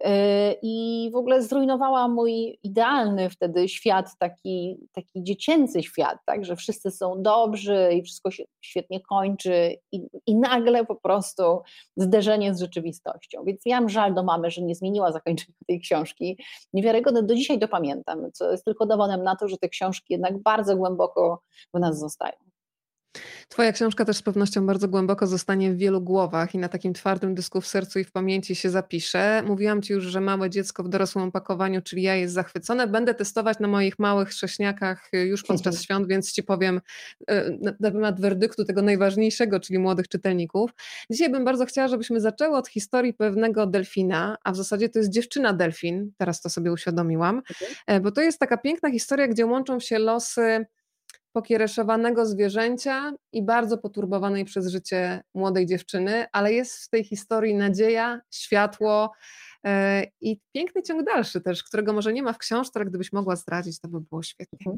i w ogóle zrujnowała mój idealny wtedy świat, taki dziecięcy świat, tak, że wszyscy są dobrzy i wszystko się świetnie kończy i nagle po prostu zderzenie z rzeczywistością. Więc miałam żal do mamy, że nie zmieniła zakończenia tej książki. Niewiarygodne, do dzisiaj to pamiętam, co jest tylko dowodem na to, że te książki jednak bardzo głęboko w nas zostają. Twoja książka też z pewnością bardzo głęboko zostanie w wielu głowach i na takim twardym dysku w sercu i w pamięci się zapisze. Mówiłam Ci już, że małe dziecko w dorosłym opakowaniu, czyli ja, jest zachwycone. Będę testować na moich małych chrześniakach już podczas świąt, więc Ci powiem na temat werdyktu tego najważniejszego, czyli młodych czytelników. Dzisiaj bym bardzo chciała, żebyśmy zaczęły od historii pewnego delfina, a w zasadzie to jest dziewczyna delfin, teraz to sobie uświadomiłam, bo to jest taka piękna historia, gdzie łączą się losy pokiereszowanego zwierzęcia i bardzo poturbowanej przez życie młodej dziewczyny, ale jest w tej historii nadzieja, światło i piękny ciąg dalszy też, którego może nie ma w książce, ale gdybyś mogła zdradzić, to by było świetnie.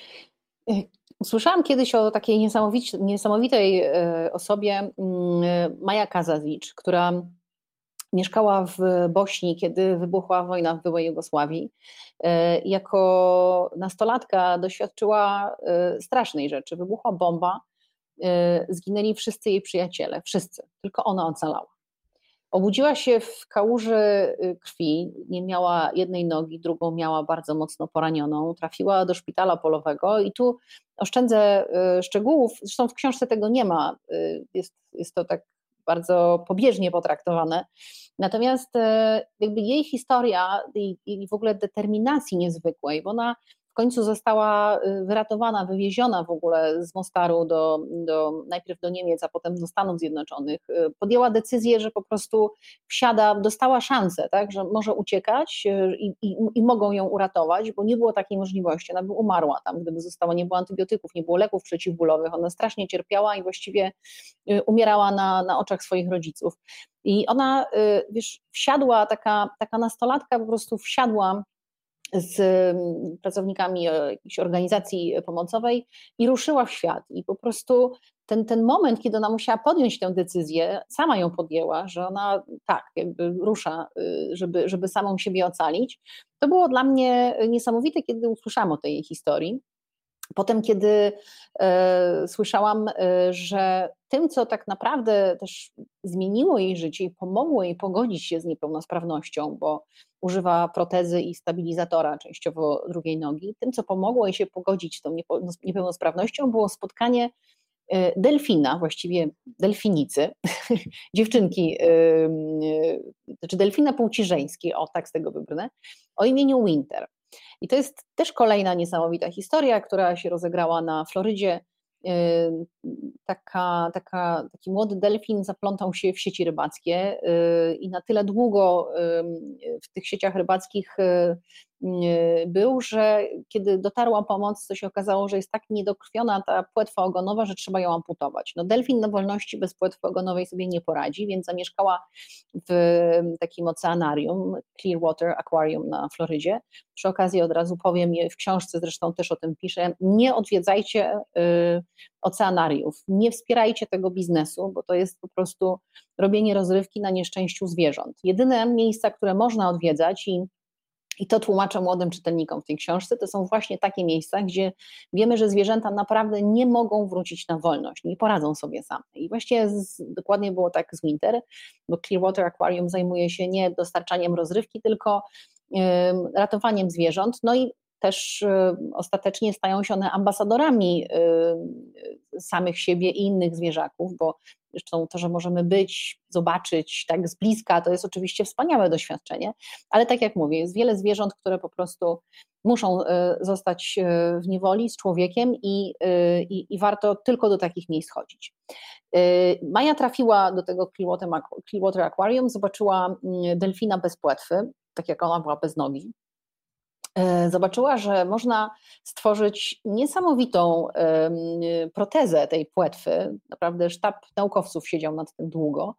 Słyszałam kiedyś o takiej niesamowitej osobie, Maja Kazadzicz, która mieszkała w Bośni, kiedy wybuchła wojna w byłej Jugosławii. Jako nastolatka doświadczyła strasznej rzeczy. Wybuchła bomba, zginęli wszyscy jej przyjaciele, wszyscy, tylko ona ocalała. Obudziła się w kałuży krwi, nie miała jednej nogi, drugą miała bardzo mocno poranioną, trafiła do szpitala polowego i tu oszczędzę szczegółów, zresztą w książce tego nie ma, jest to tak bardzo pobieżnie potraktowane. Natomiast jakby jej historia i w ogóle determinacji niezwykłej, bo ona w końcu została wyratowana, wywieziona w ogóle z Mostaru najpierw do Niemiec, a potem do Stanów Zjednoczonych. Podjęła decyzję, że po prostu dostała szansę, tak, że może uciekać i mogą ją uratować, bo nie było takiej możliwości. Ona by umarła tam, gdyby została, nie było antybiotyków, nie było leków przeciwbólowych. Ona strasznie cierpiała i właściwie umierała na oczach swoich rodziców. I ona, wiesz, wsiadła, taka nastolatka po prostu wsiadła z pracownikami jakiejś organizacji pomocowej i ruszyła w świat. I po prostu ten moment, kiedy ona musiała podjąć tę decyzję, sama ją podjęła, że ona tak, jakby rusza, żeby samą siebie ocalić, to było dla mnie niesamowite, kiedy usłyszałam o tej jej historii. Potem, kiedy słyszałam, że tym, co tak naprawdę też zmieniło jej życie i pomogło jej pogodzić się z niepełnosprawnością, bo używa protezy i stabilizatora, częściowo drugiej nogi, tym, co pomogło jej się pogodzić z tą niepełnosprawnością, było spotkanie delfina, właściwie delfinicy, dziewczynki, znaczy delfina płci żeńskiej, o tak z tego wybrnę, o imieniu Winter. I to jest też kolejna niesamowita historia, która się rozegrała na Florydzie. Taki młody delfin zaplątał się w sieci rybackie i na tyle długo w tych sieciach rybackich był, że kiedy dotarła pomoc, to się okazało, że jest tak niedokrwiona ta płetwa ogonowa, że trzeba ją amputować. No delfin na wolności bez płetwy ogonowej sobie nie poradzi, więc zamieszkała w takim oceanarium, Clearwater Aquarium na Florydzie. Przy okazji od razu powiem, w książce zresztą też o tym piszę, nie odwiedzajcie oceanariów, nie wspierajcie tego biznesu, bo to jest po prostu robienie rozrywki na nieszczęściu zwierząt. Jedyne miejsca, które można odwiedzać i to tłumaczę młodym czytelnikom w tej książce, to są właśnie takie miejsca, gdzie wiemy, że zwierzęta naprawdę nie mogą wrócić na wolność, nie poradzą sobie same. I właściwie dokładnie było tak z Winter, bo Clearwater Aquarium zajmuje się nie dostarczaniem rozrywki, tylko ratowaniem zwierząt, no i też ostatecznie stają się one ambasadorami samych siebie i innych zwierzaków, bo zresztą to, że możemy zobaczyć tak z bliska, to jest oczywiście wspaniałe doświadczenie, ale tak jak mówię, jest wiele zwierząt, które po prostu muszą zostać w niewoli z człowiekiem i warto tylko do takich miejsc chodzić. Maja trafiła do tego Clearwater Aquarium, zobaczyła delfina bez płetwy, tak jak ona była bez nogi. Zobaczyła, że można stworzyć niesamowitą protezę tej płetwy. Naprawdę sztab naukowców siedział nad tym długo.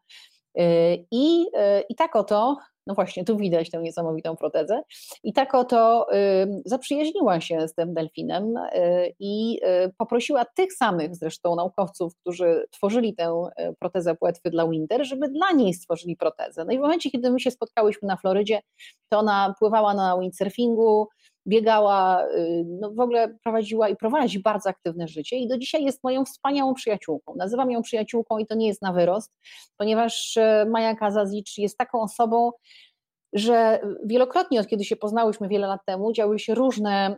I tak oto, no właśnie, tu widać tę niesamowitą protezę, i tak oto zaprzyjaźniła się z tym delfinem i poprosiła tych samych zresztą naukowców, którzy tworzyli tę protezę płetwy dla Winter, żeby dla niej stworzyli protezę. No i w momencie, kiedy my się spotkałyśmy na Florydzie, to ona pływała na windsurfingu, biegała, no w ogóle prowadziła i prowadzi bardzo aktywne życie i do dzisiaj jest moją wspaniałą przyjaciółką. Nazywam ją przyjaciółką i to nie jest na wyrost, ponieważ Maja Kazadzicz jest taką osobą, że wielokrotnie od kiedy się poznałyśmy wiele lat temu, działy się różne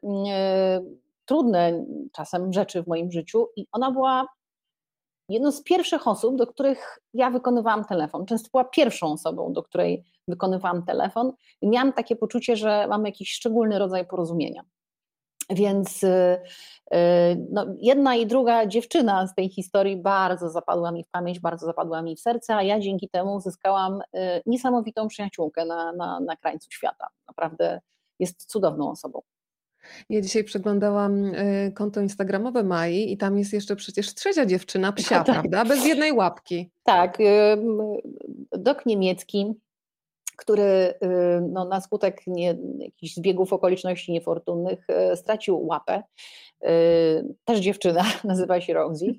trudne czasem rzeczy w moim życiu i ona była jedną z pierwszych osób, do których ja wykonywałam telefon. Często była pierwszą osobą, do której wykonywałam telefon i miałam takie poczucie, że mamy jakiś szczególny rodzaj porozumienia. Więc no, jedna i druga dziewczyna z tej historii bardzo zapadła mi w pamięć, bardzo zapadła mi w serce, a ja dzięki temu zyskałam niesamowitą przyjaciółkę na krańcu świata. Naprawdę jest cudowną osobą. Ja dzisiaj przeglądałam konto instagramowe Mai i tam jest jeszcze przecież trzecia dziewczyna, psia, No tak. prawda? Bez jednej łapki. Tak, Dok niemiecki, który no, na skutek jakichś zbiegów okoliczności niefortunnych stracił łapę. Też dziewczyna, nazywa się Rosie.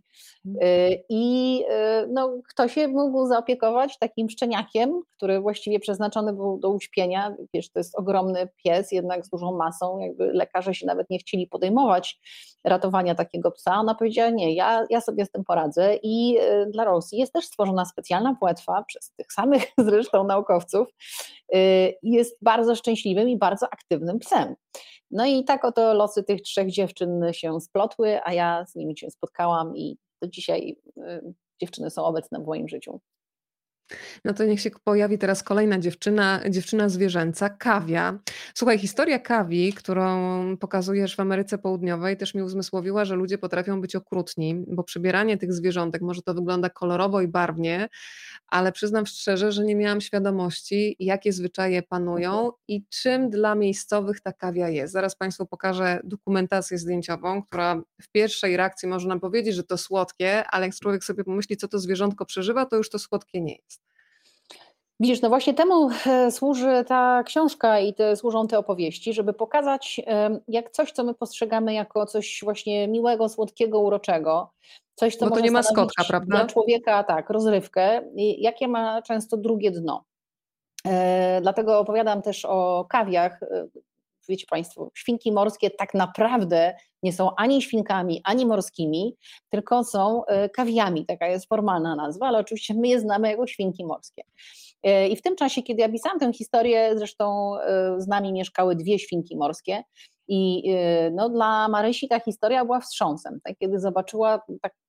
I no, kto się mógł zaopiekować takim szczeniakiem, który właściwie przeznaczony był do uśpienia. Wiesz, to jest ogromny pies, jednak z dużą masą, jakby lekarze się nawet nie chcieli podejmować ratowania takiego psa. Ona powiedziała, nie, ja sobie z tym poradzę i dla Rosie jest też stworzona specjalna płetwa przez tych samych zresztą naukowców. Jest bardzo szczęśliwym i bardzo aktywnym psem. No i tak oto losy tych trzech dziewczyn się splotły, a ja z nimi się spotkałam i do dzisiaj dziewczyny są obecne w moim życiu. No to niech się pojawi teraz kolejna dziewczyna zwierzęca, Kawia. Słuchaj, historia Kawi, którą pokazujesz w Ameryce Południowej, też mi uzmysłowiła, że ludzie potrafią być okrutni, bo przybieranie tych zwierzątek, może to wygląda kolorowo i barwnie, ale przyznam szczerze, że nie miałam świadomości, jakie zwyczaje panują i czym dla miejscowych ta kawia jest. Zaraz Państwu pokażę dokumentację zdjęciową, która w pierwszej reakcji może nam powiedzieć, że to słodkie, ale jak człowiek sobie pomyśli, co to zwierzątko przeżywa, to już to słodkie nie jest. Widzisz, no właśnie temu służy ta książka i służą te opowieści, żeby pokazać, jak coś, co my postrzegamy jako coś właśnie miłego, słodkiego, uroczego, coś, co Bo to może nie maskotka, stanowić dla prawda? człowieka, tak, rozrywkę, jakie ma często drugie dno. Dlatego opowiadam też o kawiach. Wiecie Państwo, świnki morskie tak naprawdę nie są ani świnkami, ani morskimi, tylko są kawiami, taka jest formalna nazwa, ale oczywiście my je znamy jako świnki morskie. I w tym czasie, kiedy ja pisałam tę historię, zresztą z nami mieszkały 2 świnki morskie i no, dla Marysi ta historia była wstrząsem, tak, kiedy zobaczyła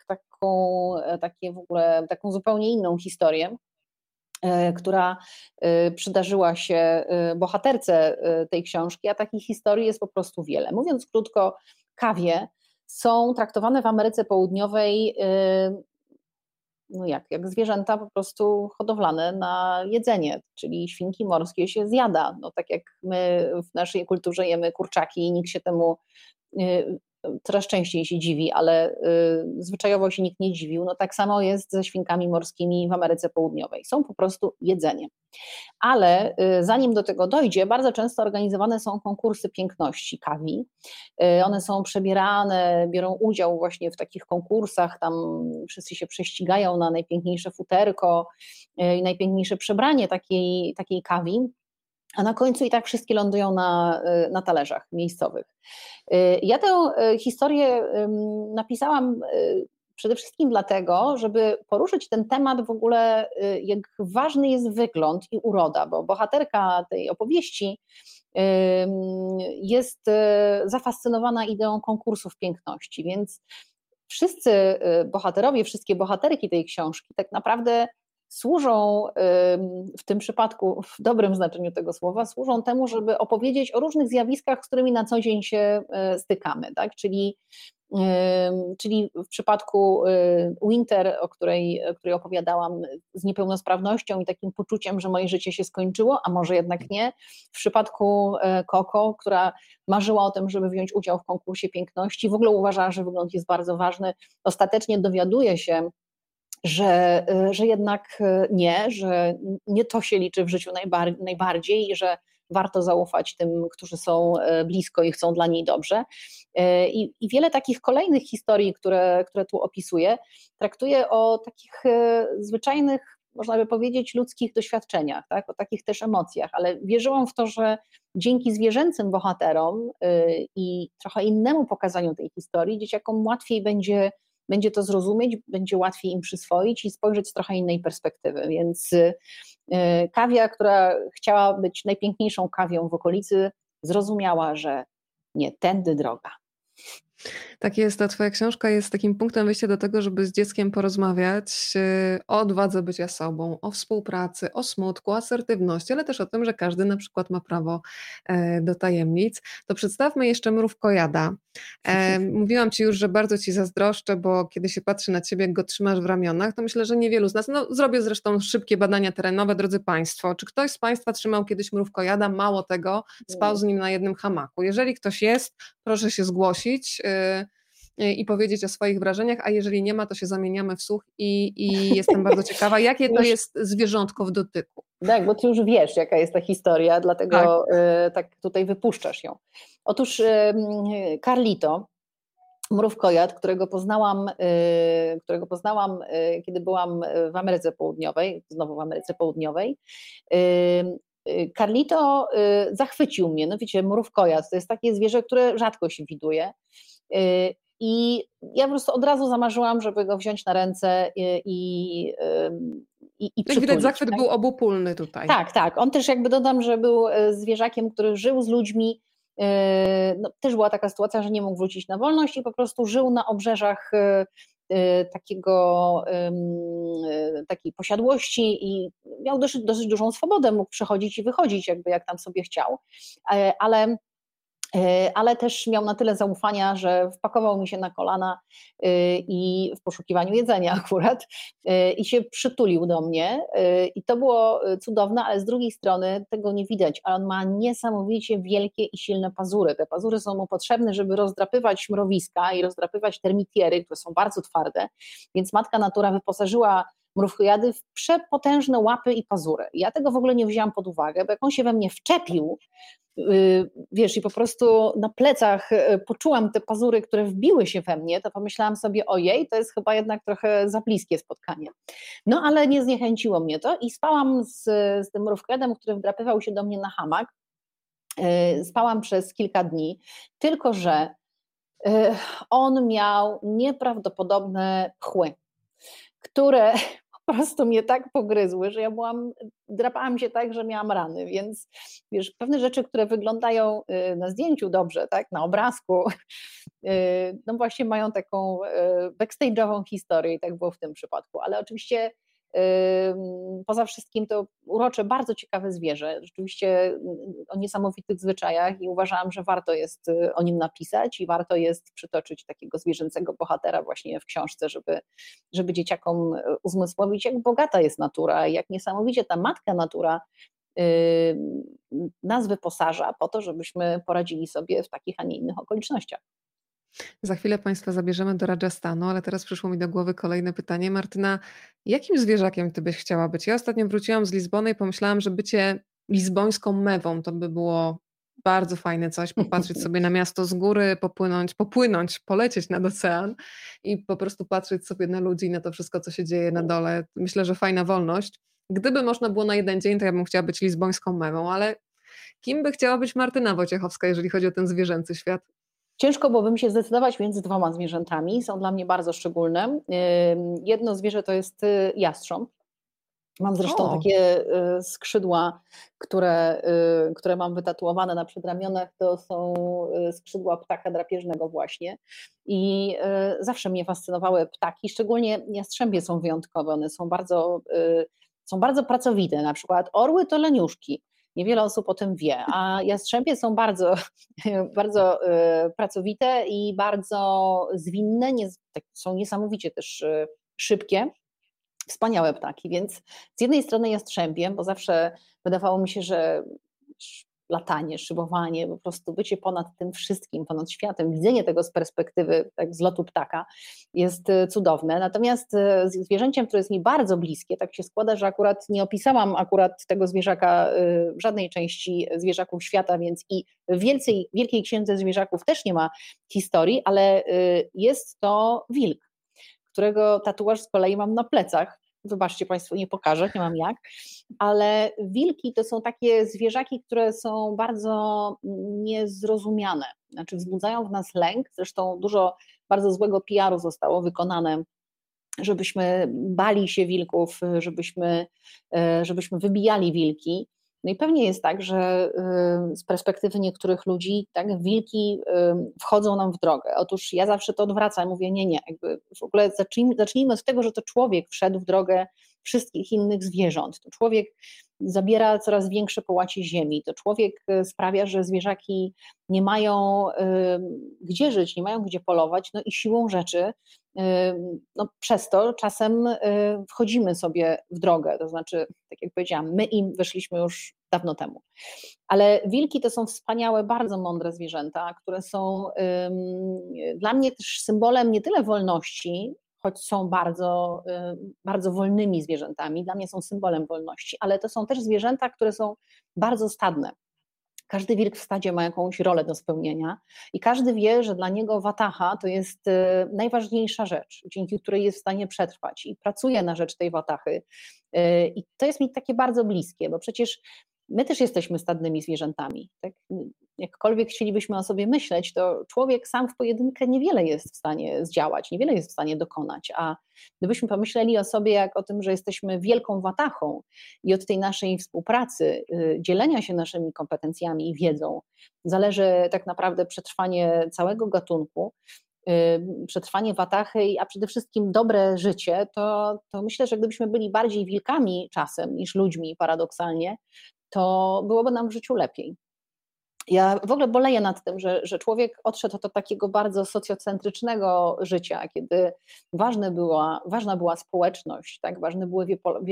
taką zupełnie inną historię, która przydarzyła się bohaterce tej książki, a takich historii jest po prostu wiele. Mówiąc krótko, kawie są traktowane w Ameryce Południowej no jak zwierzęta po prostu hodowlane na jedzenie, czyli świnki morskie się zjada. No tak jak my w naszej kulturze jemy kurczaki i nikt się temu coraz częściej się dziwi, ale zwyczajowo się nikt nie dziwił. No tak samo jest ze świnkami morskimi w Ameryce Południowej. Są po prostu jedzeniem. Ale zanim do tego dojdzie, bardzo często organizowane są konkursy piękności kawi. One są przebierane, biorą udział właśnie w takich konkursach, tam wszyscy się prześcigają na najpiękniejsze futerko i najpiękniejsze przebranie takiej kawi. A na końcu i tak wszystkie lądują na talerzach miejscowych. Ja tę historię napisałam przede wszystkim dlatego, żeby poruszyć ten temat w ogóle, jak ważny jest wygląd i uroda, bo bohaterka tej opowieści jest zafascynowana ideą konkursów piękności, więc wszyscy bohaterowie, wszystkie bohaterki tej książki tak naprawdę służą w tym przypadku, w dobrym znaczeniu tego słowa, służą temu, żeby opowiedzieć o różnych zjawiskach, z którymi na co dzień się stykamy, tak? Czyli w przypadku Winter, o której opowiadałam, z niepełnosprawnością i takim poczuciem, że moje życie się skończyło, a może jednak nie. W przypadku Coco, która marzyła o tym, żeby wziąć udział w konkursie piękności, w ogóle uważała, że wygląd jest bardzo ważny. Ostatecznie dowiaduje się, że jednak nie, że nie to się liczy w życiu najbardziej i że warto zaufać tym, którzy są blisko i chcą dla niej dobrze. I wiele takich kolejnych historii, które tu opisuję, traktuje o takich zwyczajnych, można by powiedzieć, ludzkich doświadczeniach, tak? O takich też emocjach, ale wierzyłam w to, że dzięki zwierzęcym bohaterom i trochę innemu pokazaniu tej historii, dzieciakom łatwiej będzie to zrozumieć, będzie łatwiej im przyswoić i spojrzeć z trochę innej perspektywy. Więc kawia, która chciała być najpiękniejszą kawią w okolicy, zrozumiała, że nie tędy droga. Tak jest, ta twoja książka jest takim punktem wyjścia do tego, żeby z dzieckiem porozmawiać o odwadze bycia sobą, o współpracy, o smutku, asertywności, ale też o tym, że każdy na przykład ma prawo do tajemnic. To przedstawmy jeszcze mrówkojada. Mówiłam ci już, że bardzo ci zazdroszczę, bo kiedy się patrzy na ciebie, jak go trzymasz w ramionach, to myślę, że niewielu z nas, no zrobię zresztą szybkie badania terenowe, drodzy Państwo, czy ktoś z Państwa trzymał kiedyś mrówkojada, mało tego, spał z nim na jednym hamaku. Jeżeli ktoś jest, proszę się zgłosić i powiedzieć o swoich wrażeniach, a jeżeli nie ma, to się zamieniamy w słuch i jestem bardzo ciekawa, jakie to jest zwierzątko w dotyku. Tak, bo ty już wiesz, jaka jest ta historia, dlatego tak tutaj wypuszczasz ją. Otóż Carlito, mrówkojad, którego poznałam, kiedy byłam w Ameryce Południowej, znowu w Ameryce Południowej. Carlito zachwycił mnie. No wiecie, mrówkojad to jest takie zwierzę, które rzadko się widuje. I ja po prostu od razu zamarzyłam, żeby go wziąć na ręce i Jak przytulić. widać, zachwyt był obopólny tutaj. Tak. On też jakby dodam, że był zwierzakiem, który żył z ludźmi. No, też była taka sytuacja, że nie mógł wrócić na wolność i po prostu żył na obrzeżach takiej posiadłości i miał dosyć dużą swobodę, mógł przychodzić i wychodzić jakby jak tam sobie chciał, ale też miał na tyle zaufania, że wpakował mi się na kolana i w poszukiwaniu jedzenia akurat i się przytulił do mnie i to było cudowne, ale z drugiej strony tego nie widać, ale on ma niesamowicie wielkie i silne pazury. Te pazury są mu potrzebne, żeby rozdrapywać mrowiska i rozdrapywać termitiery, które są bardzo twarde, więc matka natura wyposażyła mrówkojady w przepotężne łapy i pazury. Ja tego w ogóle nie wzięłam pod uwagę, bo jak on się we mnie wczepił, wiesz, i po prostu na plecach poczułam te pazury, które wbiły się we mnie, to pomyślałam sobie, ojej, to jest chyba jednak trochę za bliskie spotkanie. No ale nie zniechęciło mnie to i spałam z tym mrówkojadem, który wdrapywał się do mnie na hamak. Spałam przez kilka dni, tylko że on miał nieprawdopodobne pchły, które po prostu mnie tak pogryzły, że drapałam się tak, że miałam rany, więc wiesz, pewne rzeczy, które wyglądają na zdjęciu dobrze, tak, na obrazku, no właśnie mają taką backstage'ową historię i tak było w tym przypadku, ale oczywiście poza wszystkim to urocze, bardzo ciekawe zwierzę, rzeczywiście o niesamowitych zwyczajach i uważałam, że warto jest o nim napisać i warto jest przytoczyć takiego zwierzęcego bohatera właśnie w książce, żeby dzieciakom uzmysłowić, jak bogata jest natura, jak niesamowicie ta matka natura nas wyposaża po to, żebyśmy poradzili sobie w takich, a nie innych okolicznościach. Za chwilę Państwa zabierzemy do Rajasthanu, ale teraz przyszło mi do głowy kolejne pytanie. Martyna, jakim zwierzakiem Ty byś chciała być? Ja ostatnio wróciłam z Lizbony i pomyślałam, że bycie lizbońską mewą to by było bardzo fajne coś, popatrzeć sobie na miasto z góry, popłynąć, polecieć nad ocean i po prostu patrzeć sobie na ludzi, na to wszystko, co się dzieje na dole. Myślę, że fajna wolność. Gdyby można było na jeden dzień, to ja bym chciała być lizbońską mewą, ale kim by chciała być Martyna Wojciechowska, jeżeli chodzi o ten zwierzęcy świat? Ciężko byłoby mi się zdecydować między dwoma zwierzętami, są dla mnie bardzo szczególne. Jedno zwierzę to jest jastrząb. Mam zresztą takie skrzydła, które mam wytatuowane na przedramionach, to są skrzydła ptaka drapieżnego właśnie i zawsze mnie fascynowały ptaki, szczególnie jastrzębie są wyjątkowe, one są bardzo pracowite, na przykład orły to leniuszki, niewiele osób o tym wie, a jastrzębie są bardzo, bardzo pracowite i bardzo zwinne, są niesamowicie też szybkie. Wspaniałe ptaki, więc z jednej strony jastrzębiem, bo zawsze wydawało mi się, że latanie, szybowanie, po prostu bycie ponad tym wszystkim, ponad światem, widzenie tego z perspektywy, tak z lotu ptaka jest cudowne. Natomiast zwierzęciem, które jest mi bardzo bliskie, tak się składa, że akurat nie opisałam tego zwierzaka w żadnej części zwierzaków świata, więc i w Wielkiej Księdze Zwierzaków też nie ma historii, ale jest to wilk, którego tatuaż z kolei mam na plecach. Wybaczcie Państwo, nie pokażę, nie mam jak, ale wilki to są takie zwierzaki, które są bardzo niezrozumiane, znaczy wzbudzają w nas lęk, zresztą dużo bardzo złego PR-u zostało wykonane, żebyśmy bali się wilków, żebyśmy wybijali wilki. No i pewnie jest tak, że z perspektywy niektórych ludzi tak, wilki wchodzą nam w drogę. Otóż ja zawsze to odwracam, mówię nie, jakby w ogóle zacznijmy od tego, że to człowiek wszedł w drogę wszystkich innych zwierząt. To człowiek zabiera coraz większe połacie ziemi. To człowiek sprawia, że zwierzaki nie mają gdzie żyć, nie mają gdzie polować, no i siłą rzeczy no przez to czasem wchodzimy sobie w drogę, to znaczy, tak jak powiedziałam, my im weszliśmy już dawno temu. Ale wilki to są wspaniałe, bardzo mądre zwierzęta, które są dla mnie też symbolem nie tyle wolności, choć są bardzo, bardzo wolnymi zwierzętami, dla mnie są symbolem wolności, ale to są też zwierzęta, które są bardzo stadne. Każdy wilk w stadzie ma jakąś rolę do spełnienia i każdy wie, że dla niego wataha to jest najważniejsza rzecz, dzięki której jest w stanie przetrwać i pracuje na rzecz tej watachy. I to jest mi takie bardzo bliskie, bo przecież my też jesteśmy stadnymi zwierzętami. Tak? Jakkolwiek chcielibyśmy o sobie myśleć, to człowiek sam w pojedynkę niewiele jest w stanie zdziałać, niewiele jest w stanie dokonać, a gdybyśmy pomyśleli o sobie jak o tym, że jesteśmy wielką watachą i od tej naszej współpracy, dzielenia się naszymi kompetencjami i wiedzą zależy tak naprawdę przetrwanie całego gatunku, przetrwanie watachy, a przede wszystkim dobre życie, to myślę, że gdybyśmy byli bardziej wilkami czasem niż ludźmi paradoksalnie, to byłoby nam w życiu lepiej. Ja w ogóle boleję nad tym, że człowiek odszedł od takiego bardzo socjocentrycznego życia, kiedy ważna była społeczność, tak? Ważne były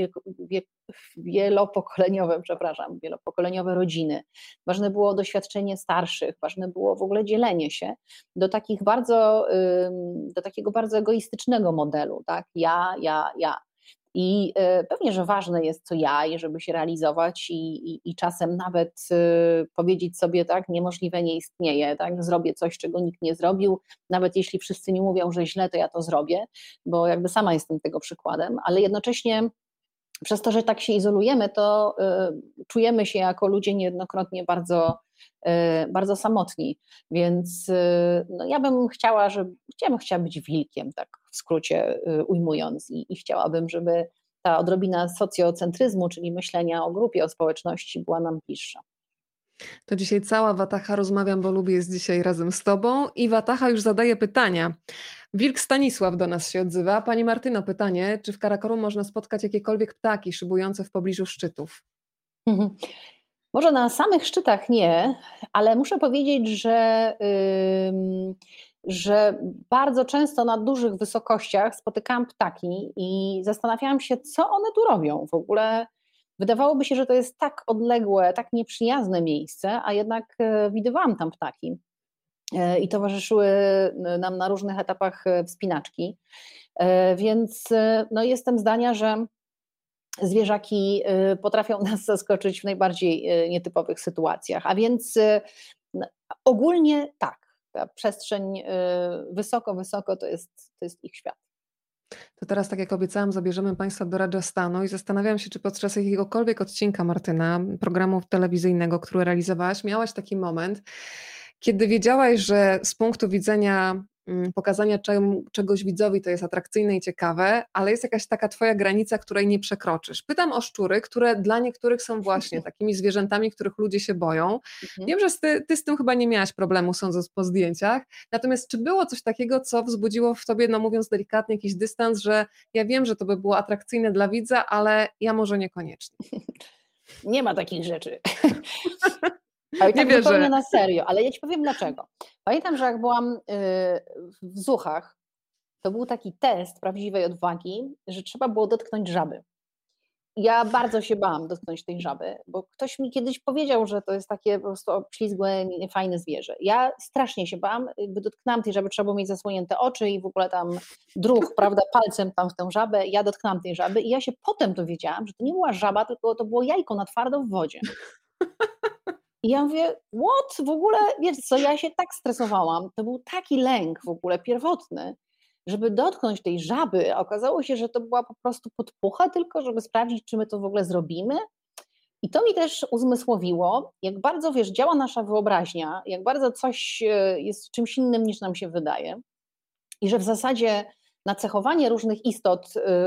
wielopokoleniowe rodziny, ważne było doświadczenie starszych, ważne było w ogóle dzielenie się do takiego bardzo egoistycznego modelu, tak? Ja. I pewnie, że ważne jest co ja i żeby się realizować i czasem nawet powiedzieć sobie, tak, niemożliwe nie istnieje, tak, zrobię coś, czego nikt nie zrobił, nawet jeśli wszyscy mi mówią, że źle, to ja to zrobię, bo jakby sama jestem tego przykładem, ale jednocześnie przez to, że tak się izolujemy, to czujemy się jako ludzie niejednokrotnie bardzo samotni, więc no, ja bym chciała być wilkiem, tak w skrócie ujmując, i chciałabym, żeby ta odrobina socjocentryzmu, czyli myślenia o grupie, o społeczności była nam bliższa. To dzisiaj cała Wataha Rozmawiam, bo lubię jest dzisiaj razem z Tobą i Wataha już zadaje pytania. Wilk Stanisław do nas się odzywa. Pani Martyno, pytanie, czy w Karakorum można spotkać jakiekolwiek ptaki szybujące w pobliżu szczytów? Może na samych szczytach nie, ale muszę powiedzieć, że bardzo często na dużych wysokościach spotykałam ptaki i zastanawiałam się, co one tu robią. W ogóle wydawałoby się, że to jest tak odległe, tak nieprzyjazne miejsce, a jednak widywałam tam ptaki i towarzyszyły nam na różnych etapach wspinaczki. Więc no, jestem zdania, że zwierzaki potrafią nas zaskoczyć w najbardziej nietypowych sytuacjach. A więc ogólnie tak, ta przestrzeń wysoko to jest ich świat. To teraz, tak jak obiecałam, zabierzemy Państwa do Rajasthanu i zastanawiam się, czy podczas jakiegokolwiek odcinka, Martyna, programu telewizyjnego, który realizowałaś, miałaś taki moment, kiedy wiedziałaś, że z punktu widzenia pokazania czegoś widzowi to jest atrakcyjne i ciekawe, ale jest jakaś taka twoja granica, której nie przekroczysz. Pytam o szczury, które dla niektórych są właśnie takimi zwierzętami, których ludzie się boją. Wiem, że ty z tym chyba nie miałaś problemu, sądząc po zdjęciach, natomiast czy było coś takiego, co wzbudziło w tobie, no mówiąc delikatnie, jakiś dystans, że ja wiem, że to by było atrakcyjne dla widza, ale ja może niekoniecznie? Nie ma takich rzeczy. Ale tak Nie wierzę. zupełnie na serio, ale ja ci powiem dlaczego. Pamiętam, że jak byłam w Zuchach, to był taki test prawdziwej odwagi, że trzeba było dotknąć żaby. Ja bardzo się bałam dotknąć tej żaby, bo ktoś mi kiedyś powiedział, że to jest takie po prostu obślizgłe, fajne zwierzę. Ja strasznie się bałam, jakby dotknęłam tej żaby, trzeba było mieć zasłonięte oczy i w ogóle tam druh, prawda, palcem tam w tę żabę. Ja dotknęłam tej żaby i ja się potem dowiedziałam, że to nie była żaba, tylko to było jajko na twardo w wodzie. I ja mówię, what? W ogóle, wiesz co, ja się tak stresowałam, to był taki lęk w ogóle pierwotny, żeby dotknąć tej żaby, a okazało się, że to była po prostu podpucha tylko, żeby sprawdzić, czy my to w ogóle zrobimy. I to mi też uzmysłowiło, jak bardzo, wiesz, działa nasza wyobraźnia, jak bardzo coś jest czymś innym, niż nam się wydaje i że w zasadzie nacechowanie różnych istot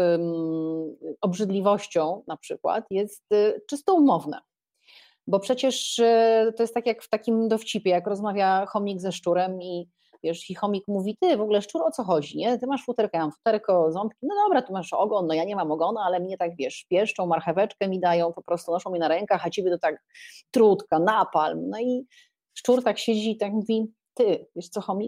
obrzydliwością na przykład jest czysto umowne. Bo przecież to jest tak jak w takim dowcipie, jak rozmawia chomik ze szczurem i wiesz, i chomik mówi, ty w ogóle szczur, o co chodzi, nie? Ty masz futerkę, ja mam futerko, ząbki, no dobra, tu masz ogon, no ja nie mam ogona, ale mnie tak, wiesz, pieszczą, marcheweczkę mi dają, po prostu noszą mnie na rękach, a ciebie to tak trudka, napalm. No i szczur tak siedzi i tak mówi, ty, wiesz co, chomik?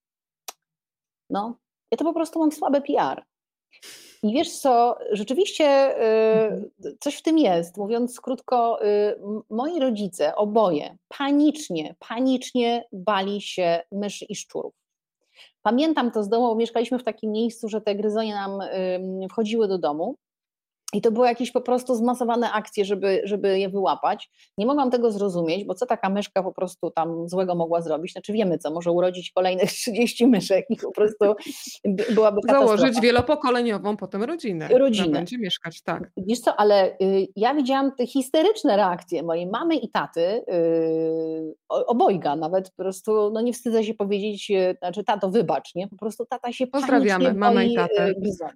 No, ja to po prostu mam słabe PR. I wiesz co, rzeczywiście coś w tym jest. Mówiąc krótko, moi rodzice oboje panicznie bali się myszy i szczurów. Pamiętam to z domu, bo mieszkaliśmy w takim miejscu, że te gryzonie nam wchodziły do domu. I to były jakieś po prostu zmasowane akcje, żeby je wyłapać. Nie mogłam tego zrozumieć, bo co taka myszka po prostu tam złego mogła zrobić? Znaczy wiemy co, może urodzić kolejnych 30 myszek i po prostu byłaby katastrofa. Założyć wielopokoleniową potem rodzinę. Która będzie mieszkać, tak. Wiesz co, ale ja widziałam te histeryczne reakcje mojej mamy i taty, obojga nawet po prostu, no nie wstydzę się powiedzieć, znaczy tato wybacz, nie? Po prostu tata się pozdrawiamy mamę i tatę.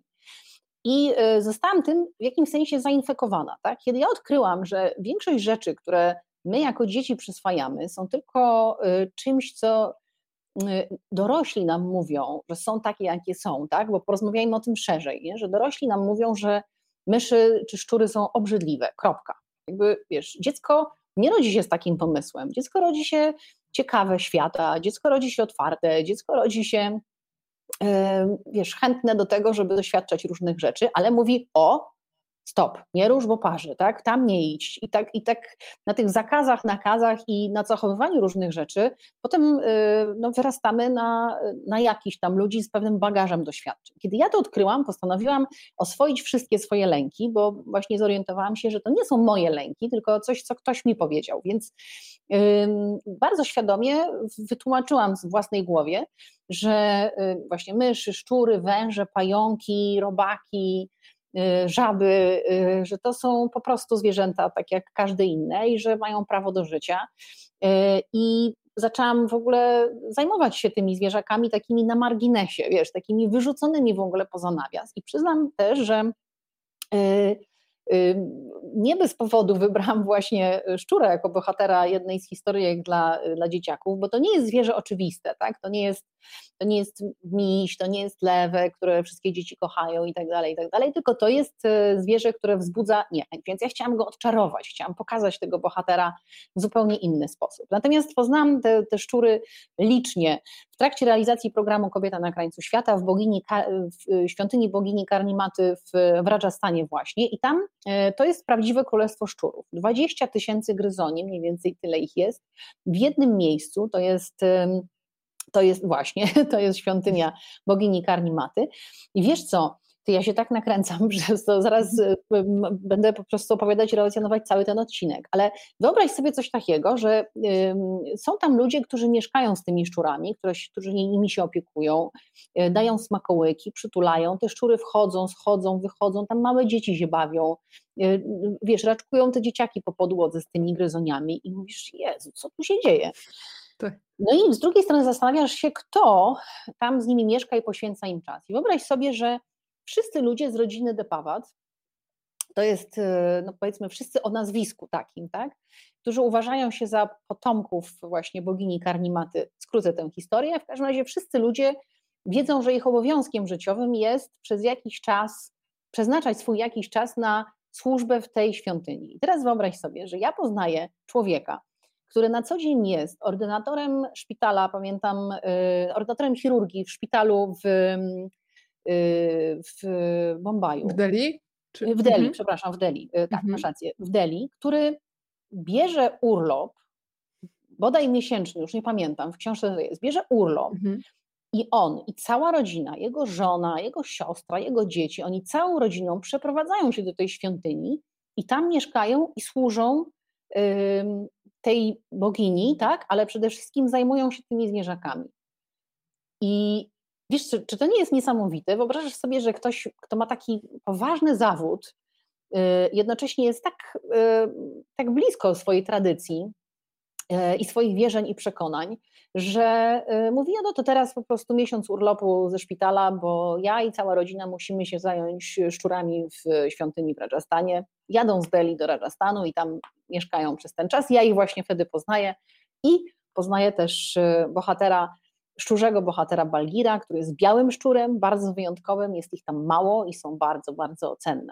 I zostałam tym w jakimś sensie zainfekowana. Tak? Kiedy ja odkryłam, że większość rzeczy, które my jako dzieci przyswajamy, są tylko czymś, co dorośli nam mówią, że są takie, jakie są, tak? Bo porozmawiajmy o tym szerzej, nie? Że dorośli nam mówią, że myszy czy szczury są obrzydliwe, kropka. Jakby, wiesz, dziecko nie rodzi się z takim pomysłem. Dziecko rodzi się ciekawe świata, dziecko rodzi się otwarte, dziecko rodzi się wiesz, chętne do tego, żeby doświadczać różnych rzeczy, ale mówi, stop, nie rusz, bo parzy, tak? Tam nie idź. I tak na tych zakazach, nakazach i na zachowywaniu różnych rzeczy potem no, wyrastamy na jakichś tam ludzi z pewnym bagażem doświadczeń. Kiedy ja to odkryłam, postanowiłam oswoić wszystkie swoje lęki, bo właśnie zorientowałam się, że to nie są moje lęki, tylko coś, co ktoś mi powiedział, więc bardzo świadomie wytłumaczyłam w własnej głowie, że właśnie myszy, szczury, węże, pająki, robaki, żaby, że to są po prostu zwierzęta tak jak każde inne i że mają prawo do życia. I zaczęłam w ogóle zajmować się tymi zwierzakami takimi na marginesie, wiesz, takimi wyrzuconymi w ogóle poza nawias. I przyznam też, że nie bez powodu wybrałam właśnie szczura jako bohatera jednej z historyjek dla dzieciaków, bo to nie jest zwierzę oczywiste, tak? To nie jest miś, to nie jest lewek, które wszystkie dzieci kochają i tak dalej, tylko to jest zwierzę, które wzbudza niechęć, więc ja chciałam go odczarować, chciałam pokazać tego bohatera w zupełnie inny sposób. Natomiast poznałam te szczury licznie w trakcie realizacji programu Kobieta na krańcu świata w świątyni bogini Karnimaty w Radżastanie właśnie i tam to jest prawdziwe królestwo szczurów. 20 000 gryzoni, mniej więcej tyle ich jest, w jednym miejscu, to jest właśnie, to jest świątynia bogini Karnimaty i wiesz co, ja się tak nakręcam, że to zaraz będę po prostu opowiadać i relacjonować cały ten odcinek, ale wyobraź sobie coś takiego, że są tam ludzie, którzy mieszkają z tymi szczurami, którzy nimi się opiekują, dają smakołyki, przytulają, te szczury wchodzą, schodzą, wychodzą, tam małe dzieci się bawią, wiesz, raczkują te dzieciaki po podłodze z tymi gryzoniami i mówisz, Jezu, co tu się dzieje? Tak. No i z drugiej strony zastanawiasz się, kto tam z nimi mieszka i poświęca im czas. I wyobraź sobie, że wszyscy ludzie z rodziny De Pawad, to jest, no powiedzmy, wszyscy o nazwisku takim, tak, którzy uważają się za potomków właśnie bogini Karnimaty, skrócę tę historię, w każdym razie wszyscy ludzie wiedzą, że ich obowiązkiem życiowym jest przez jakiś czas, przeznaczać swój jakiś czas na służbę w tej świątyni. I teraz wyobraź sobie, że ja poznaję człowieka, który na co dzień jest ordynatorem szpitala, pamiętam, ordynatorem chirurgii w szpitalu w Bombaju. W Delhi? W Delhi, przepraszam, w Delhi, tak, masz rację, w Delhi, który bierze urlop, bodaj miesięczny, już nie pamiętam, w książce to jest, bierze urlop i on i cała rodzina, jego żona, jego siostra, jego dzieci, oni całą rodziną przeprowadzają się do tej świątyni i tam mieszkają i służą tej bogini, tak, ale przede wszystkim zajmują się tymi zwierzakami. I wiesz, czy to nie jest niesamowite? Wyobrażasz sobie, że ktoś, kto ma taki poważny zawód, jednocześnie jest tak blisko swojej tradycji i swoich wierzeń i przekonań, że mówi, no to teraz po prostu miesiąc urlopu ze szpitala, bo ja i cała rodzina musimy się zająć szczurami w świątyni w Radżastanie. Jadą z Delhi do Radżastanu i tam mieszkają przez ten czas. Ja ich właśnie wtedy poznaję i poznaję też szczurzego bohatera Balgira, który jest białym szczurem, bardzo wyjątkowym, jest ich tam mało i są bardzo, bardzo cenne.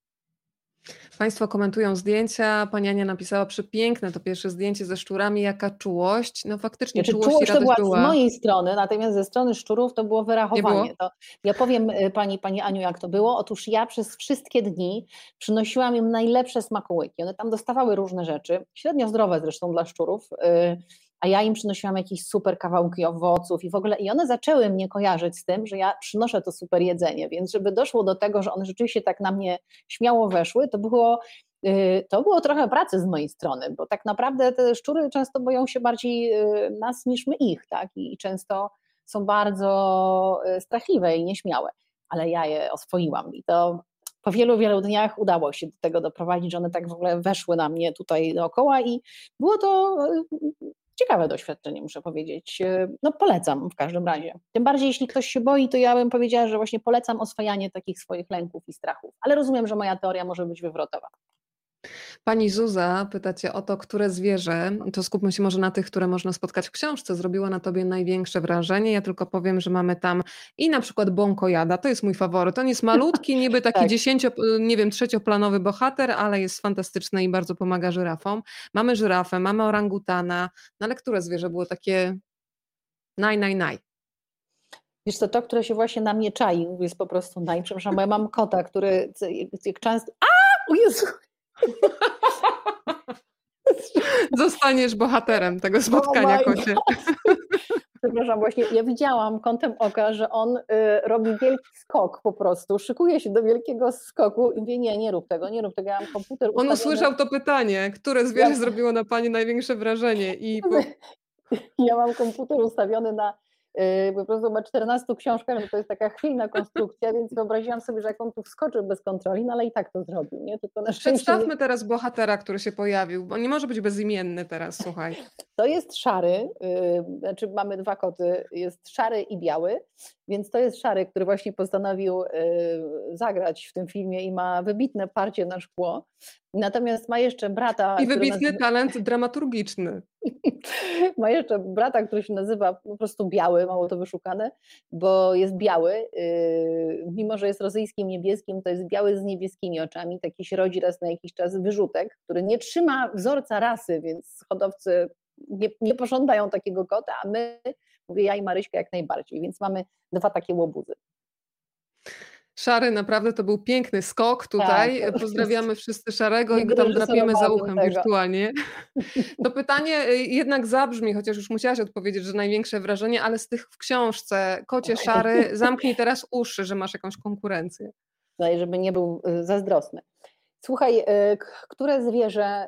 Państwo komentują zdjęcia. Pani Ania napisała, przepiękne to pierwsze zdjęcie ze szczurami, jaka czułość. No faktycznie Znaczy, czułość i radość to była z mojej strony, natomiast ze strony szczurów to było wyrachowanie. było? To ja powiem pani Aniu, jak to było. Otóż ja przez wszystkie dni przynosiłam im najlepsze smakołyki. One tam dostawały różne rzeczy, średnio zdrowe zresztą dla szczurów, a ja im przynosiłam jakieś super kawałki owoców i w ogóle, i one zaczęły mnie kojarzyć z tym, że ja przynoszę to super jedzenie, więc żeby doszło do tego, że one rzeczywiście tak na mnie śmiało weszły, to było trochę pracy z mojej strony, bo tak naprawdę te szczury często boją się bardziej nas niż my ich, tak? I często są bardzo strachliwe i nieśmiałe, ale ja je oswoiłam i to po wielu, wielu dniach udało się do tego doprowadzić, że one tak w ogóle weszły na mnie tutaj dookoła i było to ciekawe doświadczenie, muszę powiedzieć. No polecam w każdym razie. Tym bardziej, jeśli ktoś się boi, to ja bym powiedziała, że właśnie polecam oswajanie takich swoich lęków i strachów. Ale rozumiem, że moja teoria może być wywrotowa. Pani Zuza pyta cię o to, które zwierzę, to skupmy się może na tych, które można spotkać w książce, zrobiło na tobie największe wrażenie. Ja tylko powiem, że mamy tam i na przykład bąkojada, to jest mój faworyt. On jest malutki, niby taki tak. trzecioplanowy bohater, ale jest fantastyczny i bardzo pomaga żyrafom. Mamy żyrafę, mamy orangutana, no ale które zwierzę było takie naj? Wiesz co, to, które się właśnie na mnie czai, jest po prostu przepraszam, bo ja mam kota, który jak często... O Jezu. Zostaniesz bohaterem tego spotkania, kocie. Przepraszam, właśnie ja widziałam kątem oka, że on robi wielki skok po prostu, szykuje się do wielkiego skoku i mówi, nie rób tego, ja mam komputer On ustawiony. usłyszał to pytanie, które zwierzę zrobiło na pani największe wrażenie i Ja mam komputer ustawiony na po prostu ma 14 książkach, no to jest taka chwiejna konstrukcja, więc wyobraziłam sobie, że jak on tu wskoczył bez kontroli, no ale i tak to zrobił, nie? Tylko na szczęście Przedstawmy teraz bohatera, który się pojawił, bo nie może być bezimienny teraz, słuchaj. To jest szary, znaczy mamy 2 koty, jest szary i biały, więc to jest szary, który właśnie postanowił zagrać w tym filmie i ma wybitne parcie na szkło. Natomiast ma jeszcze brata. I wybitny talent dramaturgiczny. Ma jeszcze brata, który się nazywa po prostu Biały, mało to wyszukane, bo jest biały, mimo że jest rosyjskim niebieskim, to jest biały z niebieskimi oczami, taki się rodzi raz na jakiś czas wyrzutek, który nie trzyma wzorca rasy, więc hodowcy nie pożądają takiego kota, a my, mówię ja i Maryśka, jak najbardziej, więc mamy 2 takie łobuzy. Szary, naprawdę to był piękny skok tutaj. Tak, pozdrawiamy wszyscy Szarego i go tam drapiemy za uchem wirtualnie. To pytanie jednak zabrzmi, chociaż już musiałaś odpowiedzieć, że największe wrażenie, ale z tych w książce, kocie Szary, zamknij teraz uszy, że masz jakąś konkurencję. No, żeby nie był zazdrosny. Słuchaj, które zwierzę...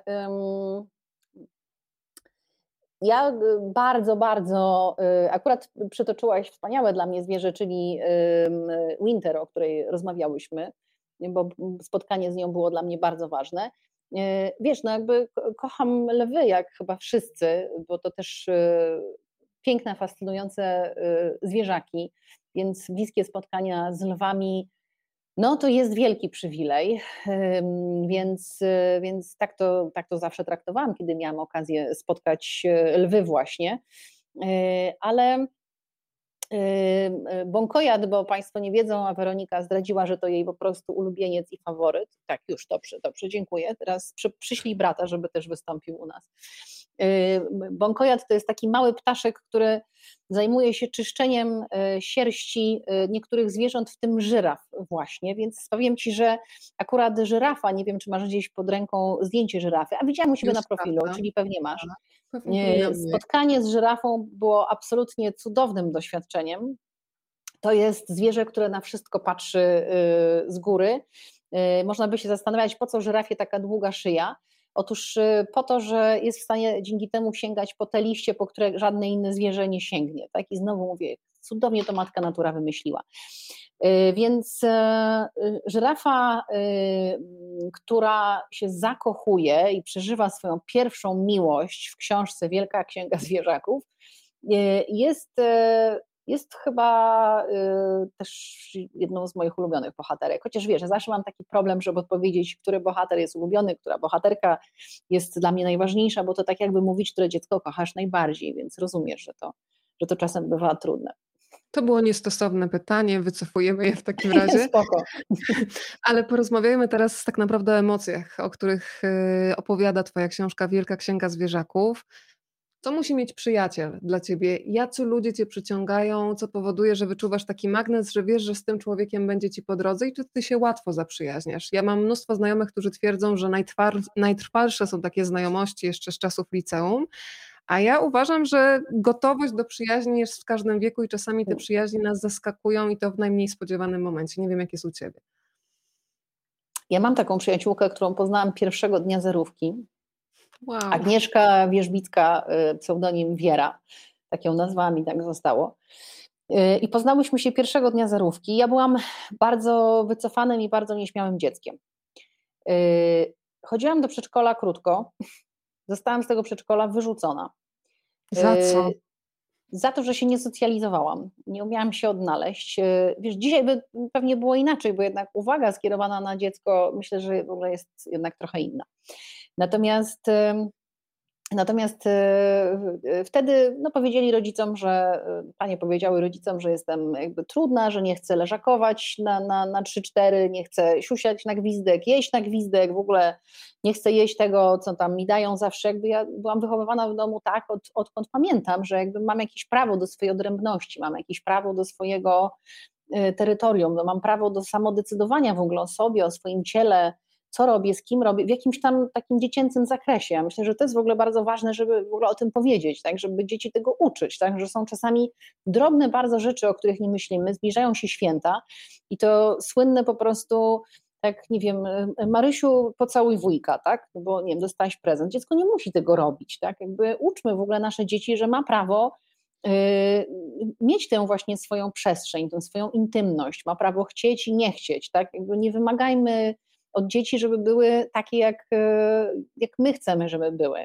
Ja bardzo, akurat przytoczyłaś wspaniałe dla mnie zwierzę, czyli Winter, o której rozmawiałyśmy, bo spotkanie z nią było dla mnie bardzo ważne. Wiesz, no jakby kocham lwy, jak chyba wszyscy, bo to też piękne, fascynujące zwierzaki, więc bliskie spotkania z lwami, no to jest wielki przywilej, więc tak to zawsze traktowałam, kiedy miałam okazję spotkać lwy właśnie, ale Bąkojad, bo Państwo nie wiedzą, a Weronika zdradziła, że to jej po prostu ulubieniec i faworyt. Tak, już, dobrze, dziękuję. Teraz przyślij brata, żeby też wystąpił u nas. Bąkojad to jest taki mały ptaszek, który zajmuje się czyszczeniem sierści niektórych zwierząt, w tym żyraf właśnie, więc powiem Ci, że akurat żyrafa, nie wiem, czy masz gdzieś pod ręką zdjęcie żyrafy, a widziałam u siebie na profilu, czyli pewnie masz. Spotkanie z żyrafą było absolutnie cudownym doświadczeniem. To jest zwierzę, które na wszystko patrzy z góry. Można by się zastanawiać, po co żyrafie taka długa szyja. Otóż po to, że jest w stanie dzięki temu sięgać po te liście, po które żadne inne zwierzę nie sięgnie. Tak? I znowu mówię, cudownie to matka natura wymyśliła. Więc żyrafa, która się zakochuje i przeżywa swoją pierwszą miłość w książce Wielka Księga Zwierzaków, jest chyba też jedną z moich ulubionych bohaterek. Chociaż wiesz, zawsze mam taki problem, żeby odpowiedzieć, który bohater jest ulubiony, która bohaterka jest dla mnie najważniejsza, bo to tak jakby mówić, które dziecko kochasz najbardziej, więc rozumiesz, że to czasem bywa trudne. To było niestosowne pytanie, wycofujemy je w takim razie. Spoko. Ale porozmawiajmy teraz tak naprawdę o emocjach, o których opowiada Twoja książka Wielka Księga Zwierzaków. Co musi mieć przyjaciel dla Ciebie? Jacy ludzie Cię przyciągają? Co powoduje, że wyczuwasz taki magnes, że wiesz, że z tym człowiekiem będzie Ci po drodze i czy Ty się łatwo zaprzyjaźniasz? Ja mam mnóstwo znajomych, którzy twierdzą, że najtrwalsze są takie znajomości jeszcze z czasów liceum, a ja uważam, że gotowość do przyjaźni jest w każdym wieku i czasami te przyjaźnie nas zaskakują i to w najmniej spodziewanym momencie. Nie wiem, jak jest u Ciebie. Ja mam taką przyjaciółkę, którą poznałam pierwszego dnia zerówki. Wow. Agnieszka Wierzbicka, pseudonim Wiera, tak ją nazwałam i tak zostało. I poznałyśmy się pierwszego dnia zerówki. Ja byłam bardzo wycofanym i bardzo nieśmiałym dzieckiem. Chodziłam do przedszkola krótko, zostałam z tego przedszkola wyrzucona. Za co? Za to, że się nie socjalizowałam, nie umiałam się odnaleźć. Wiesz, dzisiaj by pewnie było inaczej, bo jednak uwaga skierowana na dziecko myślę, że w ogóle jest jednak trochę inna. Natomiast wtedy powiedzieli rodzicom, panie powiedziały rodzicom, że jestem jakby trudna, że nie chcę leżakować na 3-4, nie chcę siusiać na gwizdek, jeść na gwizdek, w ogóle nie chcę jeść tego, co tam mi dają zawsze. Jakby ja byłam wychowywana w domu tak, odkąd pamiętam, że jakby mam jakieś prawo do swojej odrębności, mam jakieś prawo do swojego terytorium, mam prawo do samodecydowania w ogóle o sobie, o swoim ciele, co robię, z kim robię, w jakimś tam takim dziecięcym zakresie. Ja myślę, że to jest w ogóle bardzo ważne, żeby w ogóle o tym powiedzieć, tak, żeby dzieci tego uczyć, tak, że są czasami drobne bardzo rzeczy, o których nie myślimy, zbliżają się święta i to słynne po prostu, tak, nie wiem, Marysiu, pocałuj wujka, tak, bo nie wiem, dostałaś prezent. Dziecko nie musi tego robić, tak, jakby uczmy w ogóle nasze dzieci, że ma prawo mieć tę właśnie swoją przestrzeń, tę swoją intymność, ma prawo chcieć i nie chcieć, tak, jakby nie wymagajmy od dzieci, żeby były takie, jak my chcemy, żeby były,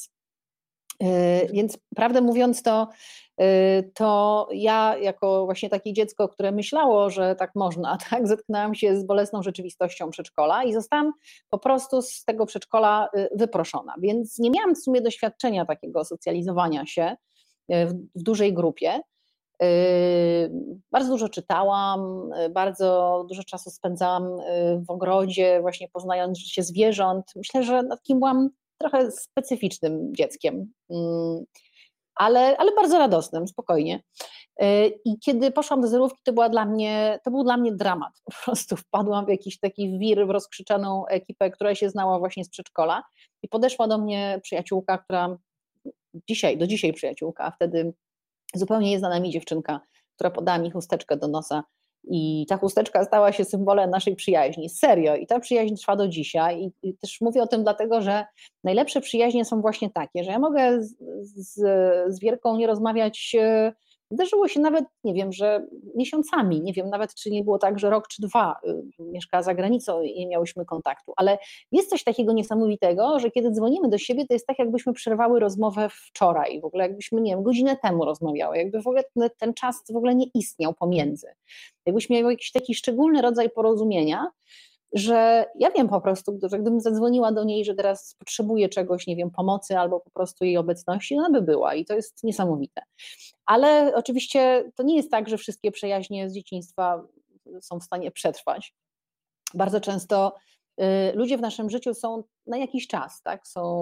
więc prawdę mówiąc to ja jako właśnie takie dziecko, które myślało, że tak można, tak, zetknęłam się z bolesną rzeczywistością przedszkola i zostałam po prostu z tego przedszkola wyproszona, więc nie miałam w sumie doświadczenia takiego socjalizowania się w dużej grupie. Bardzo dużo czytałam, bardzo dużo czasu spędzałam w ogrodzie, właśnie poznając życie zwierząt. Myślę, że takim byłam trochę specyficznym dzieckiem, ale bardzo radosnym, spokojnie. I kiedy poszłam do zerówki, to był dla mnie dramat. Po prostu wpadłam w jakiś taki wir, w rozkrzyczaną ekipę, która się znała właśnie z przedszkola i podeszła do mnie przyjaciółka, która do dzisiaj przyjaciółka, a wtedy zupełnie nieznana mi dziewczynka, która podała mi chusteczkę do nosa i ta chusteczka stała się symbolem naszej przyjaźni. Serio. I ta przyjaźń trwa do dzisiaj i też mówię o tym dlatego, że najlepsze przyjaźnie są właśnie takie, że ja mogę z Wierką nie rozmawiać. Zdarzyło się nawet, nie wiem, że miesiącami, nie wiem nawet, czy nie było tak, że rok czy dwa mieszkała za granicą i nie miałyśmy kontaktu, ale jest coś takiego niesamowitego, że kiedy dzwonimy do siebie, to jest tak, jakbyśmy przerwały rozmowę wczoraj, w ogóle jakbyśmy, nie wiem, godzinę temu rozmawiały, jakby w ogóle ten czas w ogóle nie istniał pomiędzy. Jakbyśmy miały jakiś taki szczególny rodzaj porozumienia, że ja wiem po prostu, że gdybym zadzwoniła do niej, że teraz potrzebuje czegoś, nie wiem, pomocy albo po prostu jej obecności, ona by była i to jest niesamowite. Ale oczywiście to nie jest tak, że wszystkie przyjaźnie z dzieciństwa są w stanie przetrwać. Bardzo często ludzie w naszym życiu są na jakiś czas, tak?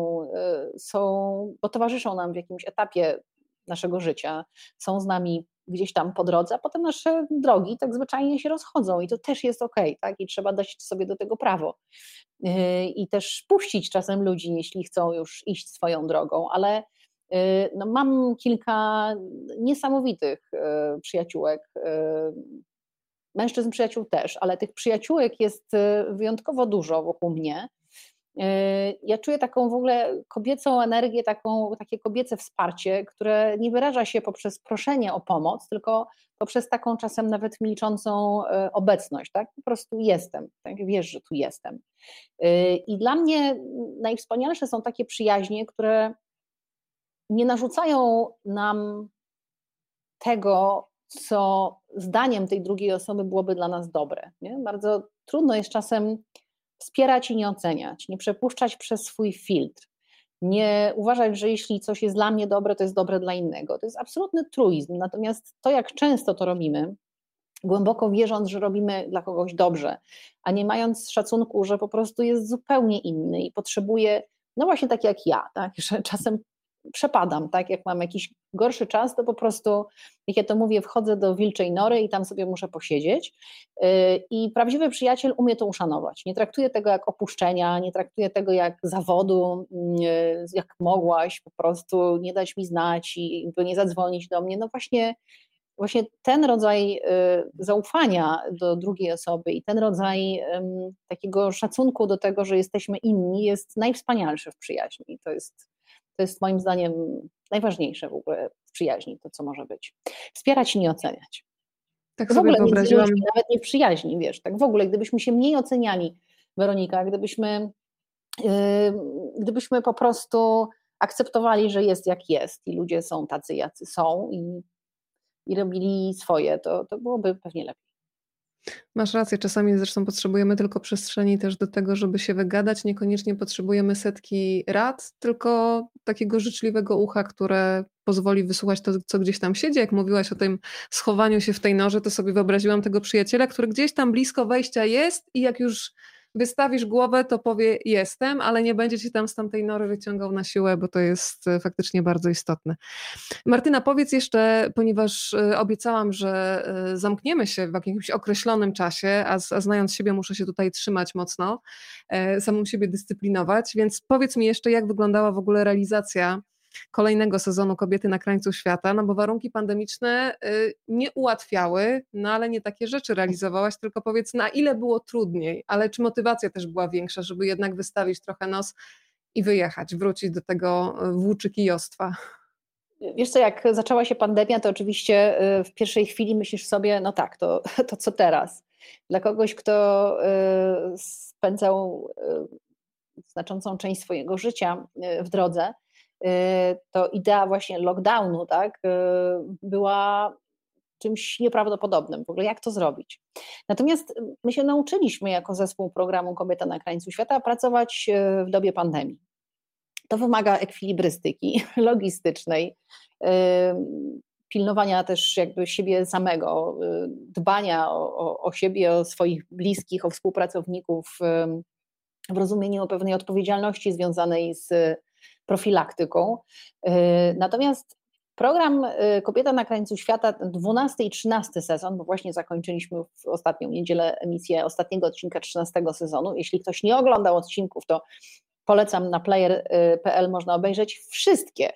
Bo towarzyszą nam w jakimś etapie naszego życia, są z nami gdzieś tam po drodze, a potem nasze drogi tak zwyczajnie się rozchodzą i to też jest okej, tak? I trzeba dać sobie do tego prawo. I też puścić czasem ludzi, jeśli chcą już iść swoją drogą, ale no mam kilka niesamowitych przyjaciółek, mężczyzn przyjaciół też, ale tych przyjaciółek jest wyjątkowo dużo wokół mnie. Ja czuję taką w ogóle kobiecą energię, takie kobiece wsparcie, które nie wyraża się poprzez proszenie o pomoc, tylko poprzez taką czasem nawet milczącą obecność, tak? Po prostu jestem, tak? Wiesz, że tu jestem. I dla mnie najwspanialsze są takie przyjaźnie, które nie narzucają nam tego, co zdaniem tej drugiej osoby byłoby dla nas dobre. Nie? Bardzo trudno jest czasem wspierać i nie oceniać, nie przepuszczać przez swój filtr, nie uważać, że jeśli coś jest dla mnie dobre, to jest dobre dla innego. To jest absolutny truizm, natomiast to, jak często to robimy, głęboko wierząc, że robimy dla kogoś dobrze, a nie mając szacunku, że po prostu jest zupełnie inny i potrzebuje, no właśnie tak jak ja, tak? Że czasem przepadam, tak, jak mam jakiś gorszy czas, to po prostu, jak ja to mówię, wchodzę do wilczej nory i tam sobie muszę posiedzieć i prawdziwy przyjaciel umie to uszanować, nie traktuje tego jak opuszczenia, nie traktuje tego jak zawodu, jak mogłaś po prostu nie dać mi znać i nie zadzwonić do mnie, no właśnie ten rodzaj zaufania do drugiej osoby i ten rodzaj takiego szacunku do tego, że jesteśmy inni, jest najwspanialszy w przyjaźni. To jest moim zdaniem najważniejsze w ogóle w przyjaźni, to co może być. Wspierać i nie oceniać. Tak w sobie ogóle wyobraziłam. Między ludźmi, nawet nie w przyjaźni, wiesz, tak w ogóle, gdybyśmy się mniej oceniali, Weronika, gdybyśmy po prostu akceptowali, że jest jak jest i ludzie są tacy, jacy są i robili swoje, to byłoby pewnie lepiej. Masz rację, czasami zresztą potrzebujemy tylko przestrzeni też do tego, żeby się wygadać, niekoniecznie potrzebujemy setki rad, tylko takiego życzliwego ucha, które pozwoli wysłuchać to, co gdzieś tam siedzi. Jak mówiłaś o tym schowaniu się w tej norze, to sobie wyobraziłam tego przyjaciela, który gdzieś tam blisko wejścia jest i jak już wystawisz głowę, to powie jestem, ale nie będzie ci tam z tamtej nory wyciągał na siłę, bo to jest faktycznie bardzo istotne. Martyna, powiedz jeszcze, ponieważ obiecałam, że zamkniemy się w jakimś określonym czasie, a znając siebie muszę się tutaj trzymać mocno, samą siebie dyscyplinować, więc powiedz mi jeszcze, jak wyglądała w ogóle realizacja kolejnego sezonu Kobiety na krańcu świata, no bo warunki pandemiczne nie ułatwiały, no ale nie takie rzeczy realizowałaś, tylko powiedz, na ile było trudniej, ale czy motywacja też była większa, żeby jednak wystawić trochę nos i wyjechać, wrócić do tego włóczykijostwa? Wiesz co, jak zaczęła się pandemia, to oczywiście w pierwszej chwili myślisz sobie, no tak, to co teraz? Dla kogoś, kto spędzał znaczącą część swojego życia w drodze, to idea właśnie lockdownu, tak, była czymś nieprawdopodobnym. W ogóle jak to zrobić? Natomiast my się nauczyliśmy jako zespół programu Kobieta na krańcu świata pracować w dobie pandemii. To wymaga ekwilibrystyki logistycznej, pilnowania też jakby siebie samego, dbania o siebie, o swoich bliskich, o współpracowników w rozumieniu pewnej odpowiedzialności związanej z profilaktyką. Natomiast program Kobieta na krańcu świata, 12 i 13 sezon, bo właśnie zakończyliśmy w ostatnią niedzielę emisję ostatniego odcinka 13 sezonu. Jeśli ktoś nie oglądał odcinków, to polecam, na player.pl można obejrzeć wszystkie,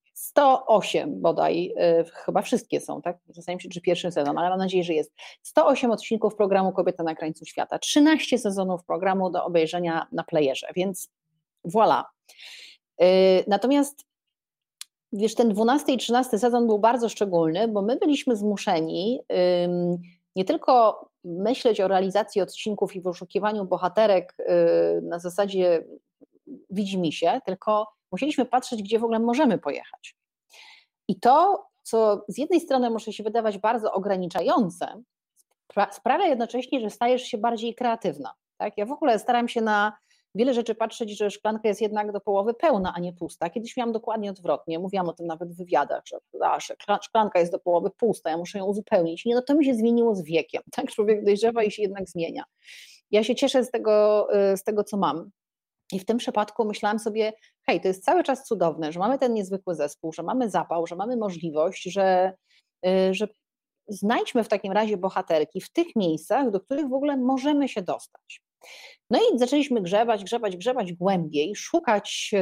108 bodaj, chyba wszystkie są, tak? Zastanawiam się, czy pierwszy sezon, ale mam nadzieję, że jest. 108 odcinków programu Kobieta na krańcu świata, 13 sezonów programu do obejrzenia na playerze, więc voilà. Natomiast wiesz, ten 12 i 13 sezon był bardzo szczególny, bo my byliśmy zmuszeni nie tylko myśleć o realizacji odcinków i poszukiwaniu bohaterek na zasadzie widzimisię, tylko musieliśmy patrzeć, gdzie w ogóle możemy pojechać. I to, co z jednej strony może się wydawać bardzo ograniczające, sprawia jednocześnie, że stajesz się bardziej kreatywna. Tak? Ja w ogóle staram się na wiele rzeczy patrzeć, że szklanka jest jednak do połowy pełna, a nie pusta. Kiedyś miałam dokładnie odwrotnie, mówiłam o tym nawet w wywiadach, że szklanka jest do połowy pusta, ja muszę ją uzupełnić. Nie, no to mi się zmieniło z wiekiem. Tak? Człowiek dojrzewa i się jednak zmienia. Ja się cieszę z tego, co mam. I w tym przypadku myślałam sobie, hej, to jest cały czas cudowne, że mamy ten niezwykły zespół, że mamy zapał, że mamy możliwość, że znajdźmy w takim razie bohaterki w tych miejscach, do których w ogóle możemy się dostać. No i zaczęliśmy grzebać głębiej, szukać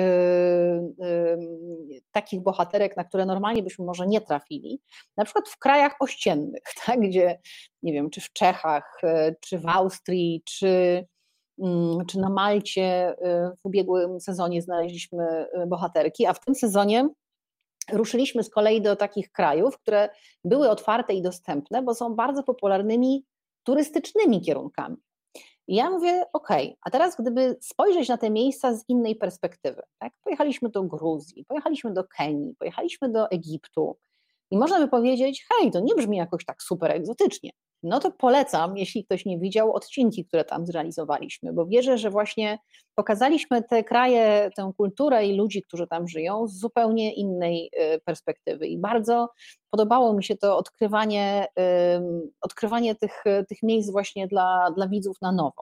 takich bohaterek, na które normalnie byśmy może nie trafili, na przykład w krajach ościennych, tak, gdzie, nie wiem, czy w Czechach, czy w Austrii, czy na Malcie w ubiegłym sezonie znaleźliśmy bohaterki, a w tym sezonie ruszyliśmy z kolei do takich krajów, które były otwarte i dostępne, bo są bardzo popularnymi turystycznymi kierunkami. I ja mówię, okej, a teraz gdyby spojrzeć na te miejsca z innej perspektywy, tak? Pojechaliśmy do Gruzji, pojechaliśmy do Kenii, pojechaliśmy do Egiptu i można by powiedzieć, hej, to nie brzmi jakoś tak super egzotycznie. No to polecam, jeśli ktoś nie widział, odcinki, które tam zrealizowaliśmy, bo wierzę, że właśnie pokazaliśmy te kraje, tę kulturę i ludzi, którzy tam żyją z zupełnie innej perspektywy i bardzo podobało mi się to odkrywanie tych miejsc właśnie dla widzów na nowo.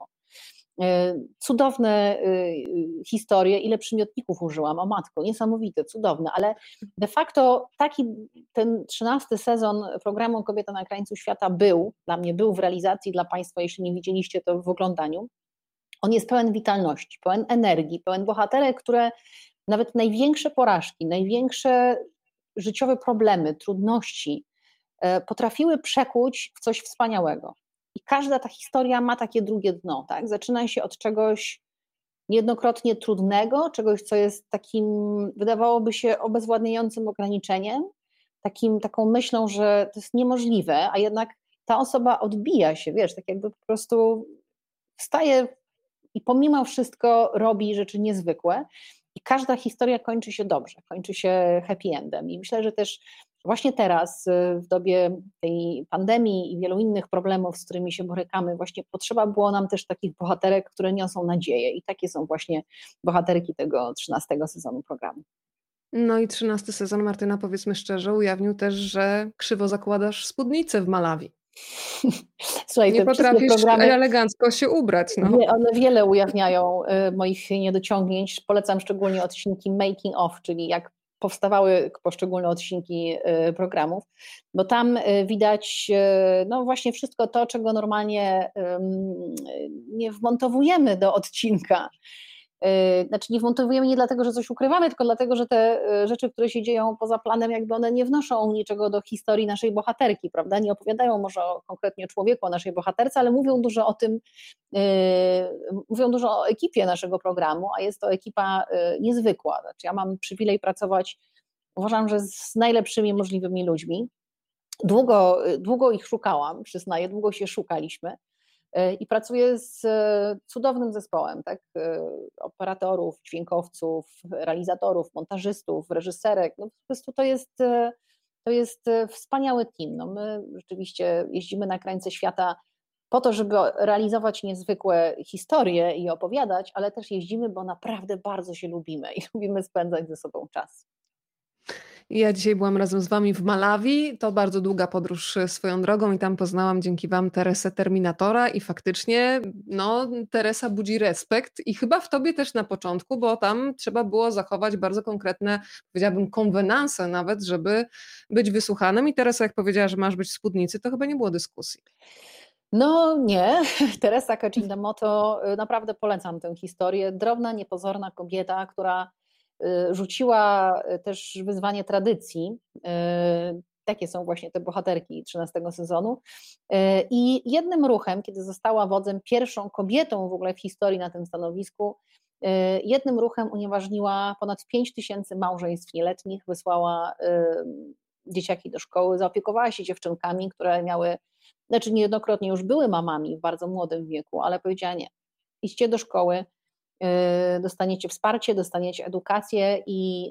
Cudowne historie, ile przymiotników użyłam, o matko, niesamowite, cudowne, ale de facto ten 13 sezon programu Kobieta na krańcu świata dla mnie był w realizacji, dla Państwa, jeśli nie widzieliście to w oglądaniu. On jest pełen witalności, pełen energii, pełen bohaterek, które nawet największe porażki, największe życiowe problemy, trudności potrafiły przekuć w coś wspaniałego. I każda ta historia ma takie drugie dno, tak? Zaczyna się od czegoś niejednokrotnie trudnego, czegoś, co jest takim, wydawałoby się, obezwładniającym ograniczeniem, taką myślą, że to jest niemożliwe, a jednak ta osoba odbija się, wiesz, tak jakby po prostu wstaje i pomimo wszystko robi rzeczy niezwykłe i każda historia kończy się dobrze, kończy się happy endem. I myślę, że też właśnie teraz, w dobie tej pandemii i wielu innych problemów, z którymi się borykamy, właśnie potrzeba było nam też takich bohaterek, które niosą nadzieję i takie są właśnie bohaterki tego 13 sezonu programu. No i 13 sezon, Martyna, powiedzmy szczerze, ujawnił też, że krzywo zakładasz spódnicę w Malawi. Słuchaj, Nie te wszystkie potrafisz programy, elegancko się ubrać, no. one wiele ujawniają moich niedociągnięć. Polecam szczególnie odcinki making of, czyli jak powstawały poszczególne odcinki programów, bo tam widać no właśnie wszystko to, czego normalnie nie wmontowujemy do odcinka. Znaczy nie wmontowujemy nie dlatego, że coś ukrywamy, tylko dlatego, że te rzeczy, które się dzieją poza planem, jakby one nie wnoszą niczego do historii naszej bohaterki, prawda? Nie opowiadają może konkretnie o człowieku, o naszej bohaterce, ale mówią dużo o tym, mówią dużo o ekipie naszego programu, a jest to ekipa niezwykła. Znaczy ja mam przywilej pracować, uważam, że z najlepszymi możliwymi ludźmi. Długo ich szukałam, przyznaję, długo się szukaliśmy. I pracuję z cudownym zespołem, tak? Operatorów, dźwiękowców, realizatorów, montażystów, reżyserek. No, po prostu to jest wspaniały team. No, my rzeczywiście jeździmy na krańce świata po to, żeby realizować niezwykłe historie i opowiadać, ale też jeździmy, bo naprawdę bardzo się lubimy i lubimy spędzać ze sobą czas. Ja dzisiaj byłam razem z wami w Malawi, to bardzo długa podróż swoją drogą i tam poznałam dzięki wam Teresę Terminatora i faktycznie no, Teresa budzi respekt i chyba w tobie też na początku, bo tam trzeba było zachować bardzo konkretne, powiedziałabym konwenanse nawet, żeby być wysłuchanym i Teresa jak powiedziała, że masz być w spódnicy, to chyba nie było dyskusji. No nie, Teresa Kacinda-Moto, naprawdę polecam tę historię. Drobna, niepozorna kobieta, która rzuciła też wyzwanie tradycji. Takie są właśnie te bohaterki 13 sezonu. I jednym ruchem, kiedy została wodzem, pierwszą kobietą w ogóle w historii na tym stanowisku, jednym ruchem unieważniła ponad 5000 małżeństw nieletnich, wysłała dzieciaki do szkoły, zaopiekowała się dziewczynkami, które miały, znaczy niejednokrotnie już były mamami w bardzo młodym wieku, ale powiedziała nie, idźcie do szkoły, dostaniecie wsparcie, dostaniecie edukację i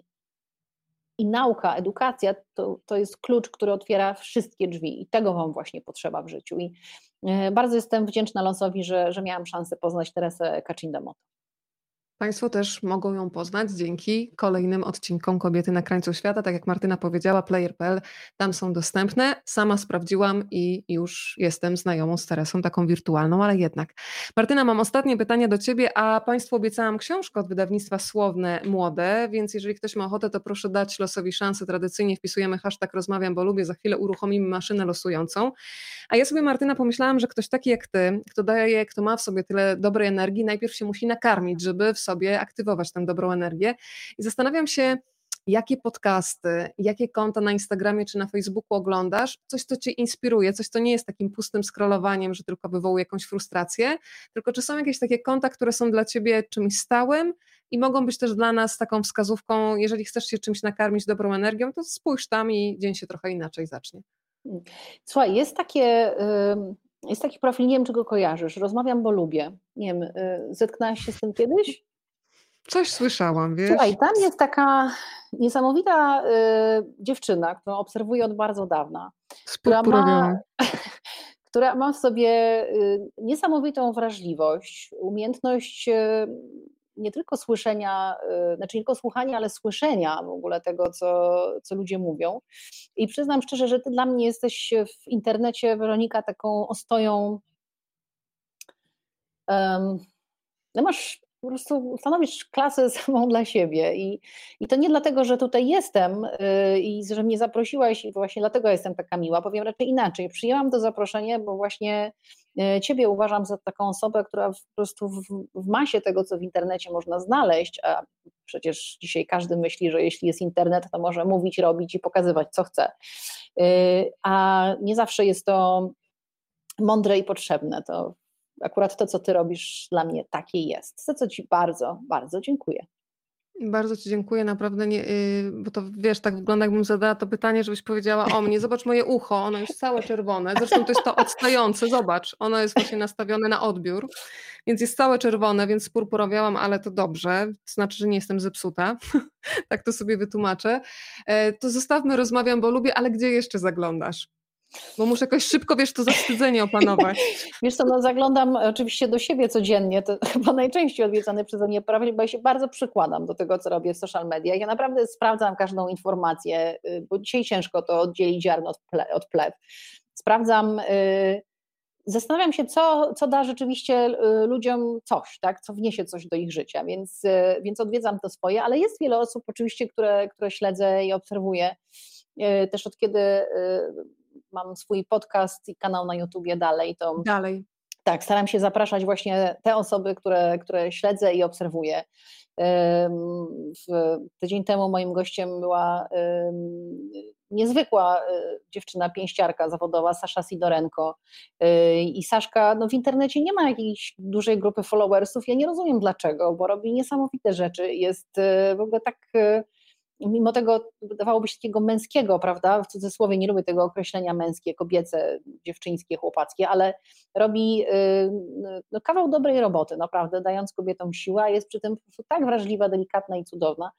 nauka, edukacja to jest klucz, który otwiera wszystkie drzwi i tego wam właśnie potrzeba w życiu. I bardzo jestem wdzięczna losowi, że miałam szansę poznać Teresę Kacinda-Moto. Państwo też mogą ją poznać dzięki kolejnym odcinkom Kobiety na krańcu świata. Tak jak Martyna powiedziała, player.pl, tam są dostępne. Sama sprawdziłam i już jestem znajomą z Teresą, taką wirtualną, ale jednak. Martyna, mam ostatnie pytanie do ciebie, a Państwu obiecałam książkę od wydawnictwa Słowne Młode, więc jeżeli ktoś ma ochotę, to proszę dać losowi szansę. Tradycyjnie wpisujemy hashtag rozmawiam, bo lubię, za chwilę uruchomimy maszynę losującą. A ja sobie, Martyna, pomyślałam, że ktoś taki jak ty, kto ma w sobie tyle dobrej energii, najpierw się musi nakarmić, żeby w sobie aktywować tę dobrą energię. I zastanawiam się, jakie podcasty, jakie konta na Instagramie czy na Facebooku oglądasz, coś, co cię inspiruje, coś, co nie jest takim pustym scrollowaniem, że tylko wywołuje jakąś frustrację, tylko czy są jakieś takie konta, które są dla ciebie czymś stałym i mogą być też dla nas taką wskazówką, jeżeli chcesz się czymś nakarmić dobrą energią, to spójrz tam i dzień się trochę inaczej zacznie. Słuchaj, jest taki profil, nie wiem, czy go kojarzysz, Rozmawiam, bo lubię. Nie wiem, zetknęłaś się z tym kiedyś? Coś słyszałam, wiesz? Słuchaj, tam jest taka niesamowita dziewczyna, którą obserwuję od bardzo dawna, która ma w sobie niesamowitą wrażliwość, umiejętność nie tylko słyszenia, znaczy nie tylko słuchania, ale słyszenia w ogóle tego, co ludzie mówią. I przyznam szczerze, że ty dla mnie jesteś w internecie, Weronika, taką ostoją. No masz po prostu, stanowisz klasę samą dla siebie i to nie dlatego, że tutaj jestem i że mnie zaprosiłaś i właśnie dlatego jestem taka miła, powiem raczej inaczej. Przyjęłam to zaproszenie, bo właśnie ciebie uważam za taką osobę, która po prostu w masie tego, co w internecie można znaleźć, a przecież dzisiaj każdy myśli, że jeśli jest internet, to może mówić, robić i pokazywać, co chce. A nie zawsze jest to mądre i potrzebne. To akurat to, co ty robisz, dla mnie takie jest. Za co ci bardzo, bardzo dziękuję. Bardzo ci dziękuję, naprawdę, nie, bo to wiesz, tak wygląda, jakbym zadała to pytanie, żebyś powiedziała o mnie, zobacz moje ucho, ono jest całe czerwone, zresztą to jest to odstające, zobacz, ono jest właśnie nastawione na odbiór, więc jest całe czerwone, więc spurpurowiałam, ale to dobrze, to znaczy, że nie jestem zepsuta, tak to sobie wytłumaczę. To zostawmy, Rozmawiam, bo lubię, ale gdzie jeszcze zaglądasz? Bo muszę jakoś szybko, wiesz, to zawstydzenie opanować. Wiesz co, no zaglądam oczywiście do siebie codziennie, to chyba najczęściej odwiedzany przeze mnie profil, bo ja się bardzo przykładam do tego, co robię w social mediach. Ja naprawdę sprawdzam każdą informację, bo dzisiaj ciężko to oddzielić ziarno od plew. sprawdzam, zastanawiam się, co da rzeczywiście ludziom coś, tak, co wniesie coś do ich życia, więc odwiedzam to swoje, ale jest wiele osób oczywiście, które śledzę i obserwuję. Też od kiedy mam swój podcast i kanał na YouTubie Dalej. Tak, staram się zapraszać właśnie te osoby, które śledzę i obserwuję. Tydzień temu moim gościem była niezwykła dziewczyna pięściarka zawodowa, Sasza Sidorenko. I Saszka w internecie nie ma jakiejś dużej grupy followersów. Ja nie rozumiem dlaczego, bo robi niesamowite rzeczy. Jest w ogóle tak, mimo tego wydawałoby się takiego męskiego, prawda, w cudzysłowie, nie lubię tego określenia męskie, kobiece, dziewczyńskie, chłopackie, ale robi kawał dobrej roboty, naprawdę, dając kobietom siłę, a jest przy tym po prostu tak wrażliwa, delikatna i cudowna.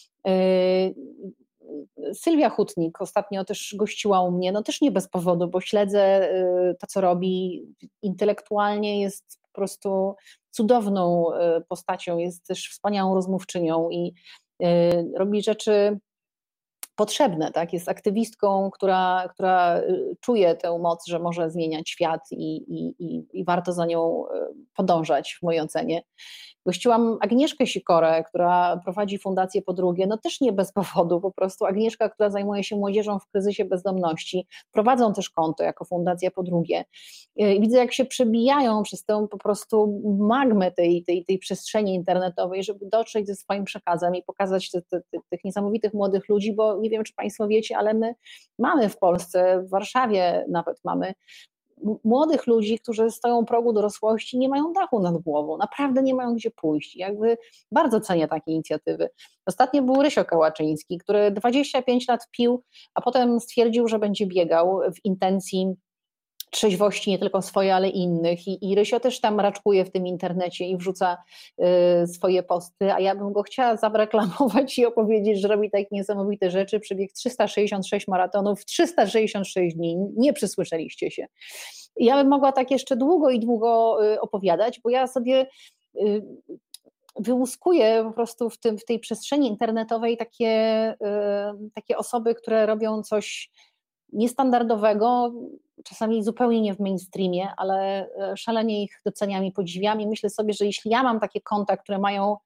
Sylwia Hutnik ostatnio też gościła u mnie, też nie bez powodu, bo śledzę to, co robi, intelektualnie jest po prostu cudowną postacią, jest też wspaniałą rozmówczynią i robi rzeczy potrzebne, tak? Jest aktywistką, która czuje tę moc, że może zmieniać świat i warto za nią podążać w mojej ocenie. Gościłam Agnieszkę Sikorę, która prowadzi Fundację Po Drugie, też nie bez powodu, po prostu Agnieszka, która zajmuje się młodzieżą w kryzysie bezdomności, prowadzą też konto jako Fundacja Po Drugie. Widzę, jak się przebijają przez tę po prostu magmę tej przestrzeni internetowej, żeby dotrzeć ze swoim przekazem i pokazać tych niesamowitych młodych ludzi, bo nie wiem, czy Państwo wiecie, ale my mamy w Polsce, w Warszawie nawet mamy młodych ludzi, którzy stoją u progu dorosłości, nie mają dachu nad głową, naprawdę nie mają gdzie pójść. Bardzo cenię takie inicjatywy. Ostatnio był Rysio Kałaczyński, który 25 lat pił, a potem stwierdził, że będzie biegał w intencji trzeźwości nie tylko swojej, ale i innych. I Rysio też tam raczkuje w tym internecie i wrzuca swoje posty, a ja bym go chciała zareklamować i opowiedzieć, że robi takie niesamowite rzeczy. Przebiegł 366 maratonów w 366 dni. Nie przysłyszeliście się. I ja bym mogła tak jeszcze długo i długo opowiadać, bo ja sobie wyłuskuję po prostu w tej przestrzeni internetowej takie osoby, które robią coś niestandardowego, czasami zupełnie nie w mainstreamie, ale szalenie ich doceniam i podziwiam i myślę sobie, że jeśli ja mam takie konta, które mają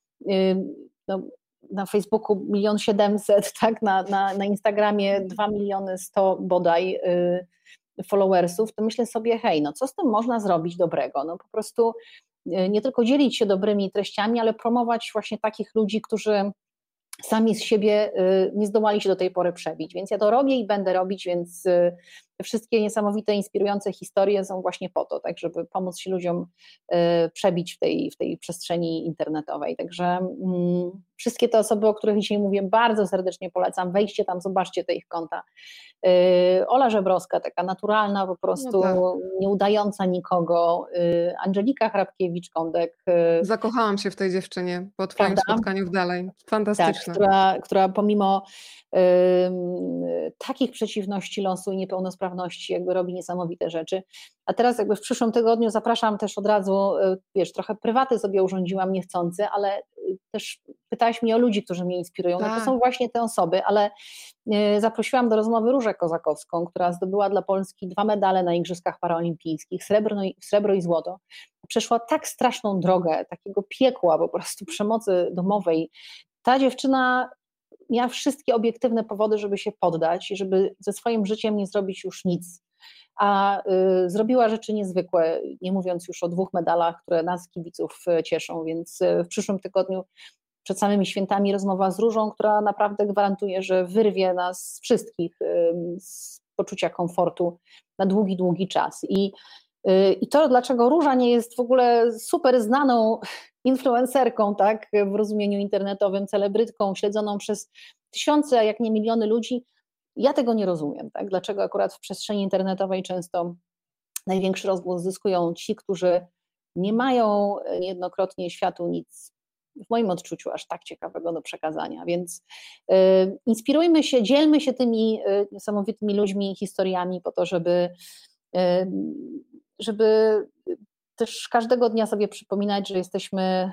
na Facebooku 1 700 000, tak, na Instagramie 2 100 000 bodaj followersów, to myślę sobie, hej, co z tym można zrobić dobrego? Po prostu nie tylko dzielić się dobrymi treściami, ale promować właśnie takich ludzi, którzy sami z siebie nie zdołali się do tej pory przebić, więc ja to robię i będę robić, więc te wszystkie niesamowite, inspirujące historie są właśnie po to, tak żeby pomóc się ludziom przebić w tej przestrzeni internetowej, także wszystkie te osoby, o których dzisiaj mówię, bardzo serdecznie polecam, wejdźcie tam, zobaczcie te ich konta. Ola Żebrowska, taka naturalna po prostu, nie udająca nikogo, Angelika Hrabkiewicz-Kądek. Zakochałam się w tej dziewczynie po Twoim spotkaniu w Dalej. Fantastyczna. Tak, która pomimo takich przeciwności losu i niepełnosprawności robi niesamowite rzeczy. A teraz w przyszłym tygodniu zapraszam też od razu, trochę prywaty sobie urządziłam niechcący, ale też pytałaś mnie o ludzi, którzy mnie inspirują. To są właśnie te osoby, ale zaprosiłam do rozmowy Różę Kozakowską, która zdobyła dla Polski 2 medale na Igrzyskach Paraolimpijskich, srebro i złoto. Przeszła tak straszną drogę, takiego piekła po prostu przemocy domowej. Ta dziewczyna miała wszystkie obiektywne powody, żeby się poddać i żeby ze swoim życiem nie zrobić już nic. A zrobiła rzeczy niezwykłe, nie mówiąc już o 2 medalach, które nas kibiców cieszą, więc w przyszłym tygodniu przed samymi świętami rozmowa z Różą, która naprawdę gwarantuje, że wyrwie nas wszystkich z poczucia komfortu na długi, długi czas. I to, dlaczego Róża nie jest w ogóle super znaną influencerką, tak, w rozumieniu internetowym, celebrytką, śledzoną przez tysiące, jak nie miliony ludzi, ja tego nie rozumiem, tak? Dlaczego akurat w przestrzeni internetowej często największy rozgłos zyskują ci, którzy nie mają niejednokrotnie światu nic, w moim odczuciu, aż tak ciekawego do przekazania, więc inspirujmy się, dzielmy się tymi niesamowitymi ludźmi, historiami po to, żeby też każdego dnia sobie przypominać, że jesteśmy,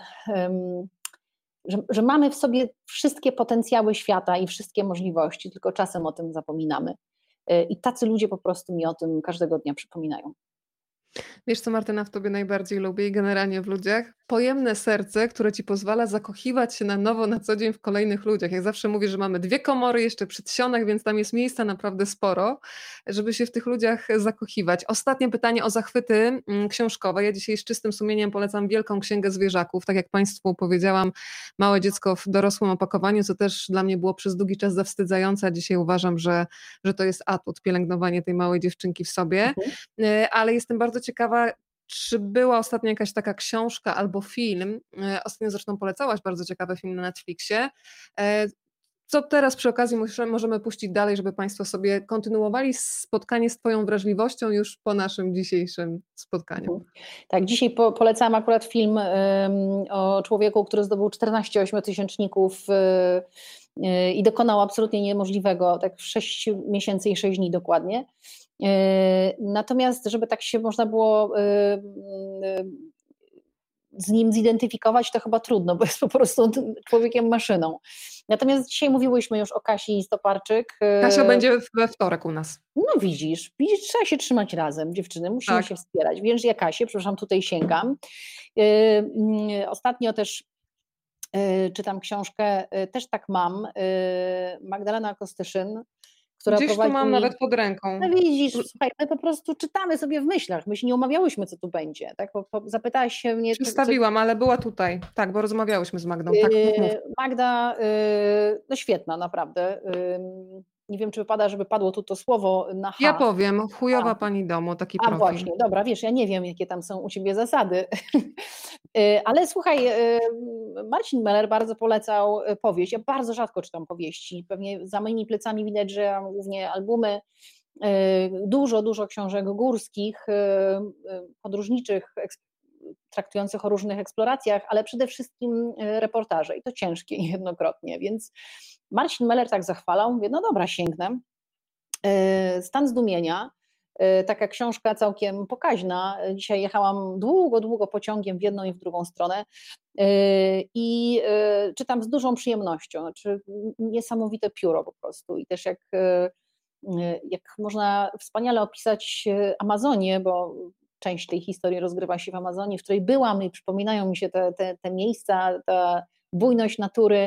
że mamy w sobie wszystkie potencjały świata i wszystkie możliwości, tylko czasem o tym zapominamy. I tacy ludzie po prostu mi o tym każdego dnia przypominają. Wiesz, co Martyna w tobie najbardziej lubię i generalnie w ludziach? Pojemne serce, które ci pozwala zakochiwać się na nowo na co dzień w kolejnych ludziach. Jak zawsze mówię, że mamy 2 komory jeszcze przedsionek, więc tam jest miejsca naprawdę sporo, żeby się w tych ludziach zakochiwać. Ostatnie pytanie o zachwyty książkowe. Ja dzisiaj z czystym sumieniem polecam Wielką Księgę Zwierzaków. Tak jak Państwu powiedziałam, małe dziecko w dorosłym opakowaniu, co też dla mnie było przez długi czas zawstydzające, a dzisiaj uważam, że to jest atut, pielęgnowanie tej małej dziewczynki w sobie. Ale jestem bardzo ciekawa, czy była ostatnio jakaś taka książka albo film, ostatnio zresztą polecałaś bardzo ciekawy film na Netflixie, co teraz przy okazji możemy puścić dalej, żeby Państwo sobie kontynuowali spotkanie z Twoją wrażliwością już po naszym dzisiejszym spotkaniu. Tak, dzisiaj polecałam akurat film o człowieku, który zdobył 14 ośmiotysięczników i dokonał absolutnie niemożliwego, tak 6 miesięcy i 6 dni dokładnie. Natomiast, żeby tak się można było z nim zidentyfikować, to chyba trudno, bo jest po prostu człowiekiem maszyną. Natomiast dzisiaj mówiłyśmy już o Kasi Stoparczyk. Kasia będzie we wtorek u nas. No widzisz, trzeba się trzymać razem, dziewczyny, musimy się wspierać. Więc ja Kasię, przepraszam, tutaj sięgam. Ostatnio też czytam książkę, też tak mam, Magdalena Kostyszyn, która gdzieś tu mam nawet pod ręką. No widzisz, słuchaj, my po prostu czytamy sobie w myślach, my się nie umawiałyśmy, co tu będzie, tak? Zapytałaś się mnie... Przedstawiłam, ale była tutaj, tak, bo rozmawiałyśmy z Magdą. Tak, mów. Magda, no świetna, naprawdę. Nie wiem, czy wypada, żeby padło tu to słowo na H. Ja powiem, chujowa pani domu, taki profil. Właśnie, dobra, wiesz, ja nie wiem, jakie tam są u ciebie zasady, ale słuchaj, Marcin Meller bardzo polecał powieść, ja bardzo rzadko czytam powieści, pewnie za moimi plecami widać, że ja mam głównie albumy, dużo książek górskich, podróżniczych, traktujących o różnych eksploracjach, ale przede wszystkim reportaże i to ciężkie jednokrotnie, więc Marcin Meller tak zachwalał, mówię, no dobra, sięgnę. Stan zdumienia, taka książka całkiem pokaźna, dzisiaj jechałam długo pociągiem w jedną i w drugą stronę i czytam z dużą przyjemnością, znaczy niesamowite pióro po prostu i też jak można wspaniale opisać Amazonię, ta część tej historii rozgrywa się w Amazonii, w której byłam i przypominają mi się te miejsca, ta bujność natury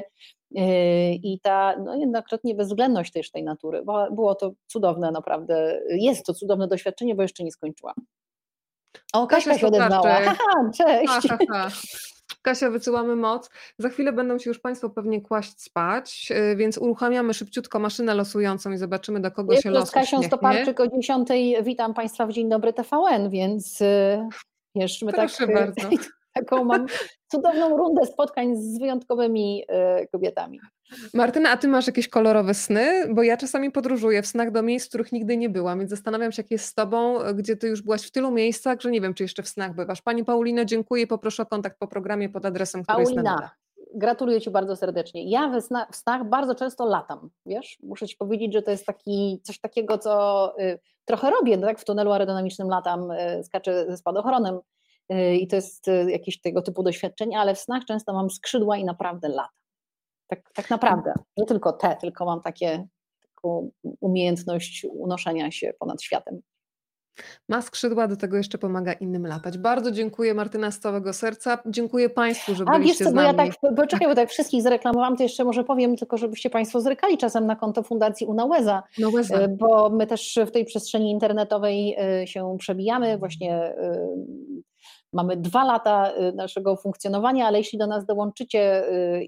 i ta jednokrotnie bezwzględność też tej natury. Było to cudowne naprawdę, jest to cudowne doświadczenie, bo jeszcze nie skończyłam. O, Kasia się odezwała. Cześć. Kasia, wysyłamy moc. Za chwilę będą się już Państwo pewnie kłaść spać, więc uruchamiamy szybciutko maszynę losującą i zobaczymy, do kogo się los z Kasią uśmiechnie. Stoparczyk o 10. Witam Państwa w Dzień Dobry TVN, więc wiesz, my proszę bardzo. Taką mam cudowną rundę spotkań z wyjątkowymi kobietami. Martyna, a ty masz jakieś kolorowe sny? Bo ja czasami podróżuję w snach do miejsc, w których nigdy nie byłam, więc zastanawiam się, jak jest z tobą, gdzie ty już byłaś w tylu miejscach, że nie wiem, czy jeszcze w snach bywasz. Pani Paulino, dziękuję, poproszę o kontakt po programie pod adresem, który jest na dole. Gratuluję Ci bardzo serdecznie. Ja w snach bardzo często latam, wiesz? Muszę Ci powiedzieć, że to jest coś takiego, co trochę robię, tak? W tunelu aerodynamicznym latam, skaczę ze spadochronem i to jest jakieś tego typu doświadczenie, ale w snach często mam skrzydła i naprawdę latam. Tak naprawdę. Nie tylko tylko mam taką umiejętność unoszenia się ponad światem. Ma skrzydła, do tego jeszcze pomaga innym latać. Bardzo dziękuję, Martyna, z całego serca. Dziękuję Państwu, że byliście wiesz co, z nami. Bo tak wszystkich zareklamowałam, to jeszcze może powiem tylko, żebyście Państwo zerkali czasem na konto Fundacji Unaweza, bo my też w tej przestrzeni internetowej się przebijamy, właśnie mamy 2 lata naszego funkcjonowania, ale jeśli do nas dołączycie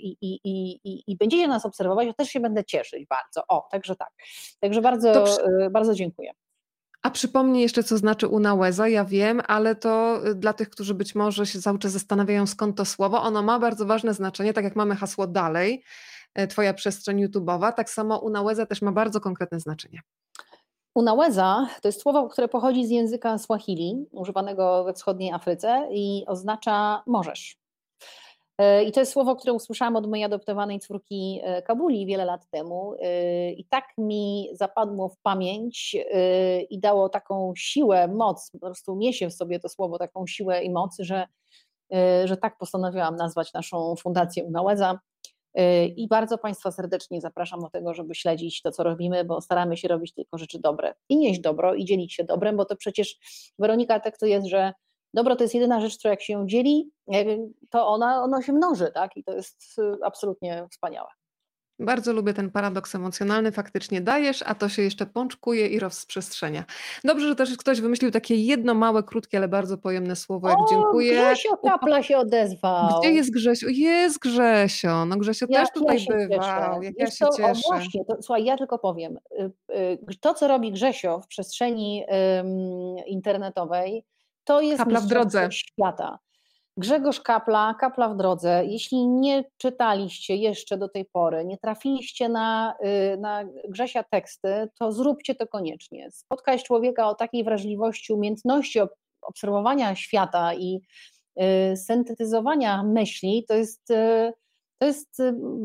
i będziecie nas obserwować, to też się będę cieszyć bardzo. Także tak. Także bardzo dziękuję. A przypomnij jeszcze, co znaczy Unaweza, ja wiem, ale to dla tych, którzy być może się cały czas zastanawiają, skąd to słowo, ono ma bardzo ważne znaczenie, tak jak mamy hasło dalej, Twoja przestrzeń YouTube'owa, tak samo Unaweza też ma bardzo konkretne znaczenie. Unaweza to jest słowo, które pochodzi z języka Swahili, używanego we wschodniej Afryce i oznacza możesz. I to jest słowo, które usłyszałam od mojej adoptowanej córki Kabuli wiele lat temu i tak mi zapadło w pamięć i dało taką siłę, moc, po prostu niesie w sobie to słowo taką siłę i moc, że tak postanowiłam nazwać naszą fundację Unaweza. I bardzo Państwa serdecznie zapraszam do tego, żeby śledzić to, co robimy, bo staramy się robić tylko rzeczy dobre i nieść dobro i dzielić się dobrem, bo to przecież, Weronika, tak to jest, że dobro to jest jedyna rzecz, która jak się ją dzieli, to ono się mnoży, tak? I to jest absolutnie wspaniałe. Bardzo lubię ten paradoks emocjonalny, faktycznie dajesz, a to się jeszcze pączkuje i rozprzestrzenia. Dobrze, że też ktoś wymyślił takie jedno małe, krótkie, ale bardzo pojemne słowo, jak dziękuję. Grzesio Kapla się odezwał. Gdzie jest Grzesio? Jest Grzesio. No Grzesio też tutaj się bywał. Cieszę. Jak Wiesz ja się co, cieszę. właśnie, słuchaj, ja tylko powiem, to co robi Grzesio w przestrzeni internetowej, to jest Kapla w drodze. mistrzostwo świata. Grzegorz Kapla, Kapla w drodze. Jeśli nie czytaliście jeszcze do tej pory, nie trafiliście na Grzesia teksty, to zróbcie to koniecznie. Spotkać człowieka o takiej wrażliwości, umiejętności obserwowania świata i syntetyzowania myśli, to jest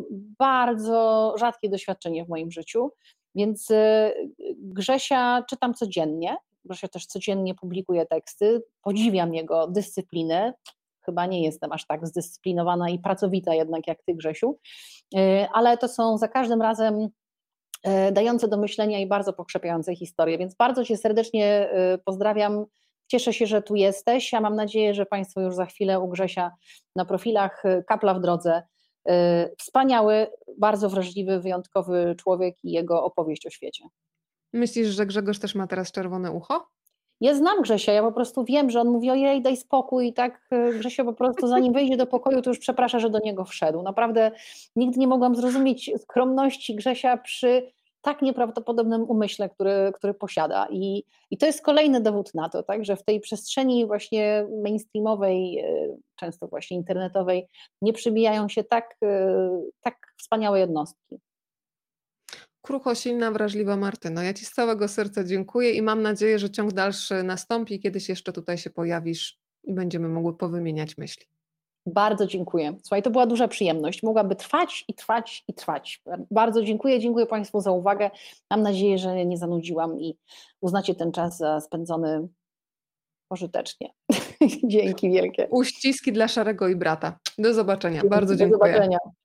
bardzo rzadkie doświadczenie w moim życiu, więc Grzesia czytam codziennie. Grzesia też codziennie publikuje teksty, podziwiam jego dyscyplinę. Chyba nie jestem aż tak zdyscyplinowana i pracowita jednak jak ty, Grzesiu, ale to są za każdym razem dające do myślenia i bardzo pokrzepiające historie, więc bardzo cię serdecznie pozdrawiam. Cieszę się, że tu jesteś, a mam nadzieję, że Państwo już za chwilę u Grzesia na profilach Kapla w drodze. Wspaniały, bardzo wrażliwy, wyjątkowy człowiek i jego opowieść o świecie. Myślisz, że Grzegorz też ma teraz czerwone ucho? Ja znam Grzesia, ja po prostu wiem, że on mówi, ojej, daj spokój i tak Grzesio po prostu zanim wejdzie do pokoju, to już przeprasza, że do niego wszedł. Naprawdę nigdy nie mogłam zrozumieć skromności Grzesia przy tak nieprawdopodobnym umyśle, który posiada i to jest kolejny dowód na to, tak, że w tej przestrzeni właśnie mainstreamowej, często właśnie internetowej nie przybijają się tak wspaniałe jednostki. Krucho, silna, wrażliwa Martyno. Ja Ci z całego serca dziękuję i mam nadzieję, że ciąg dalszy nastąpi, kiedyś jeszcze tutaj się pojawisz i będziemy mogły powymieniać myśli. Bardzo dziękuję. Słuchaj, to była duża przyjemność. Mogłaby trwać i trwać i trwać. Bardzo dziękuję. Dziękuję Państwu za uwagę. Mam nadzieję, że nie zanudziłam i uznacie ten czas za spędzony pożytecznie. Dzięki wielkie. Uściski dla Szarego i brata. Do zobaczenia. Bardzo Do dziękuję. zobaczenia.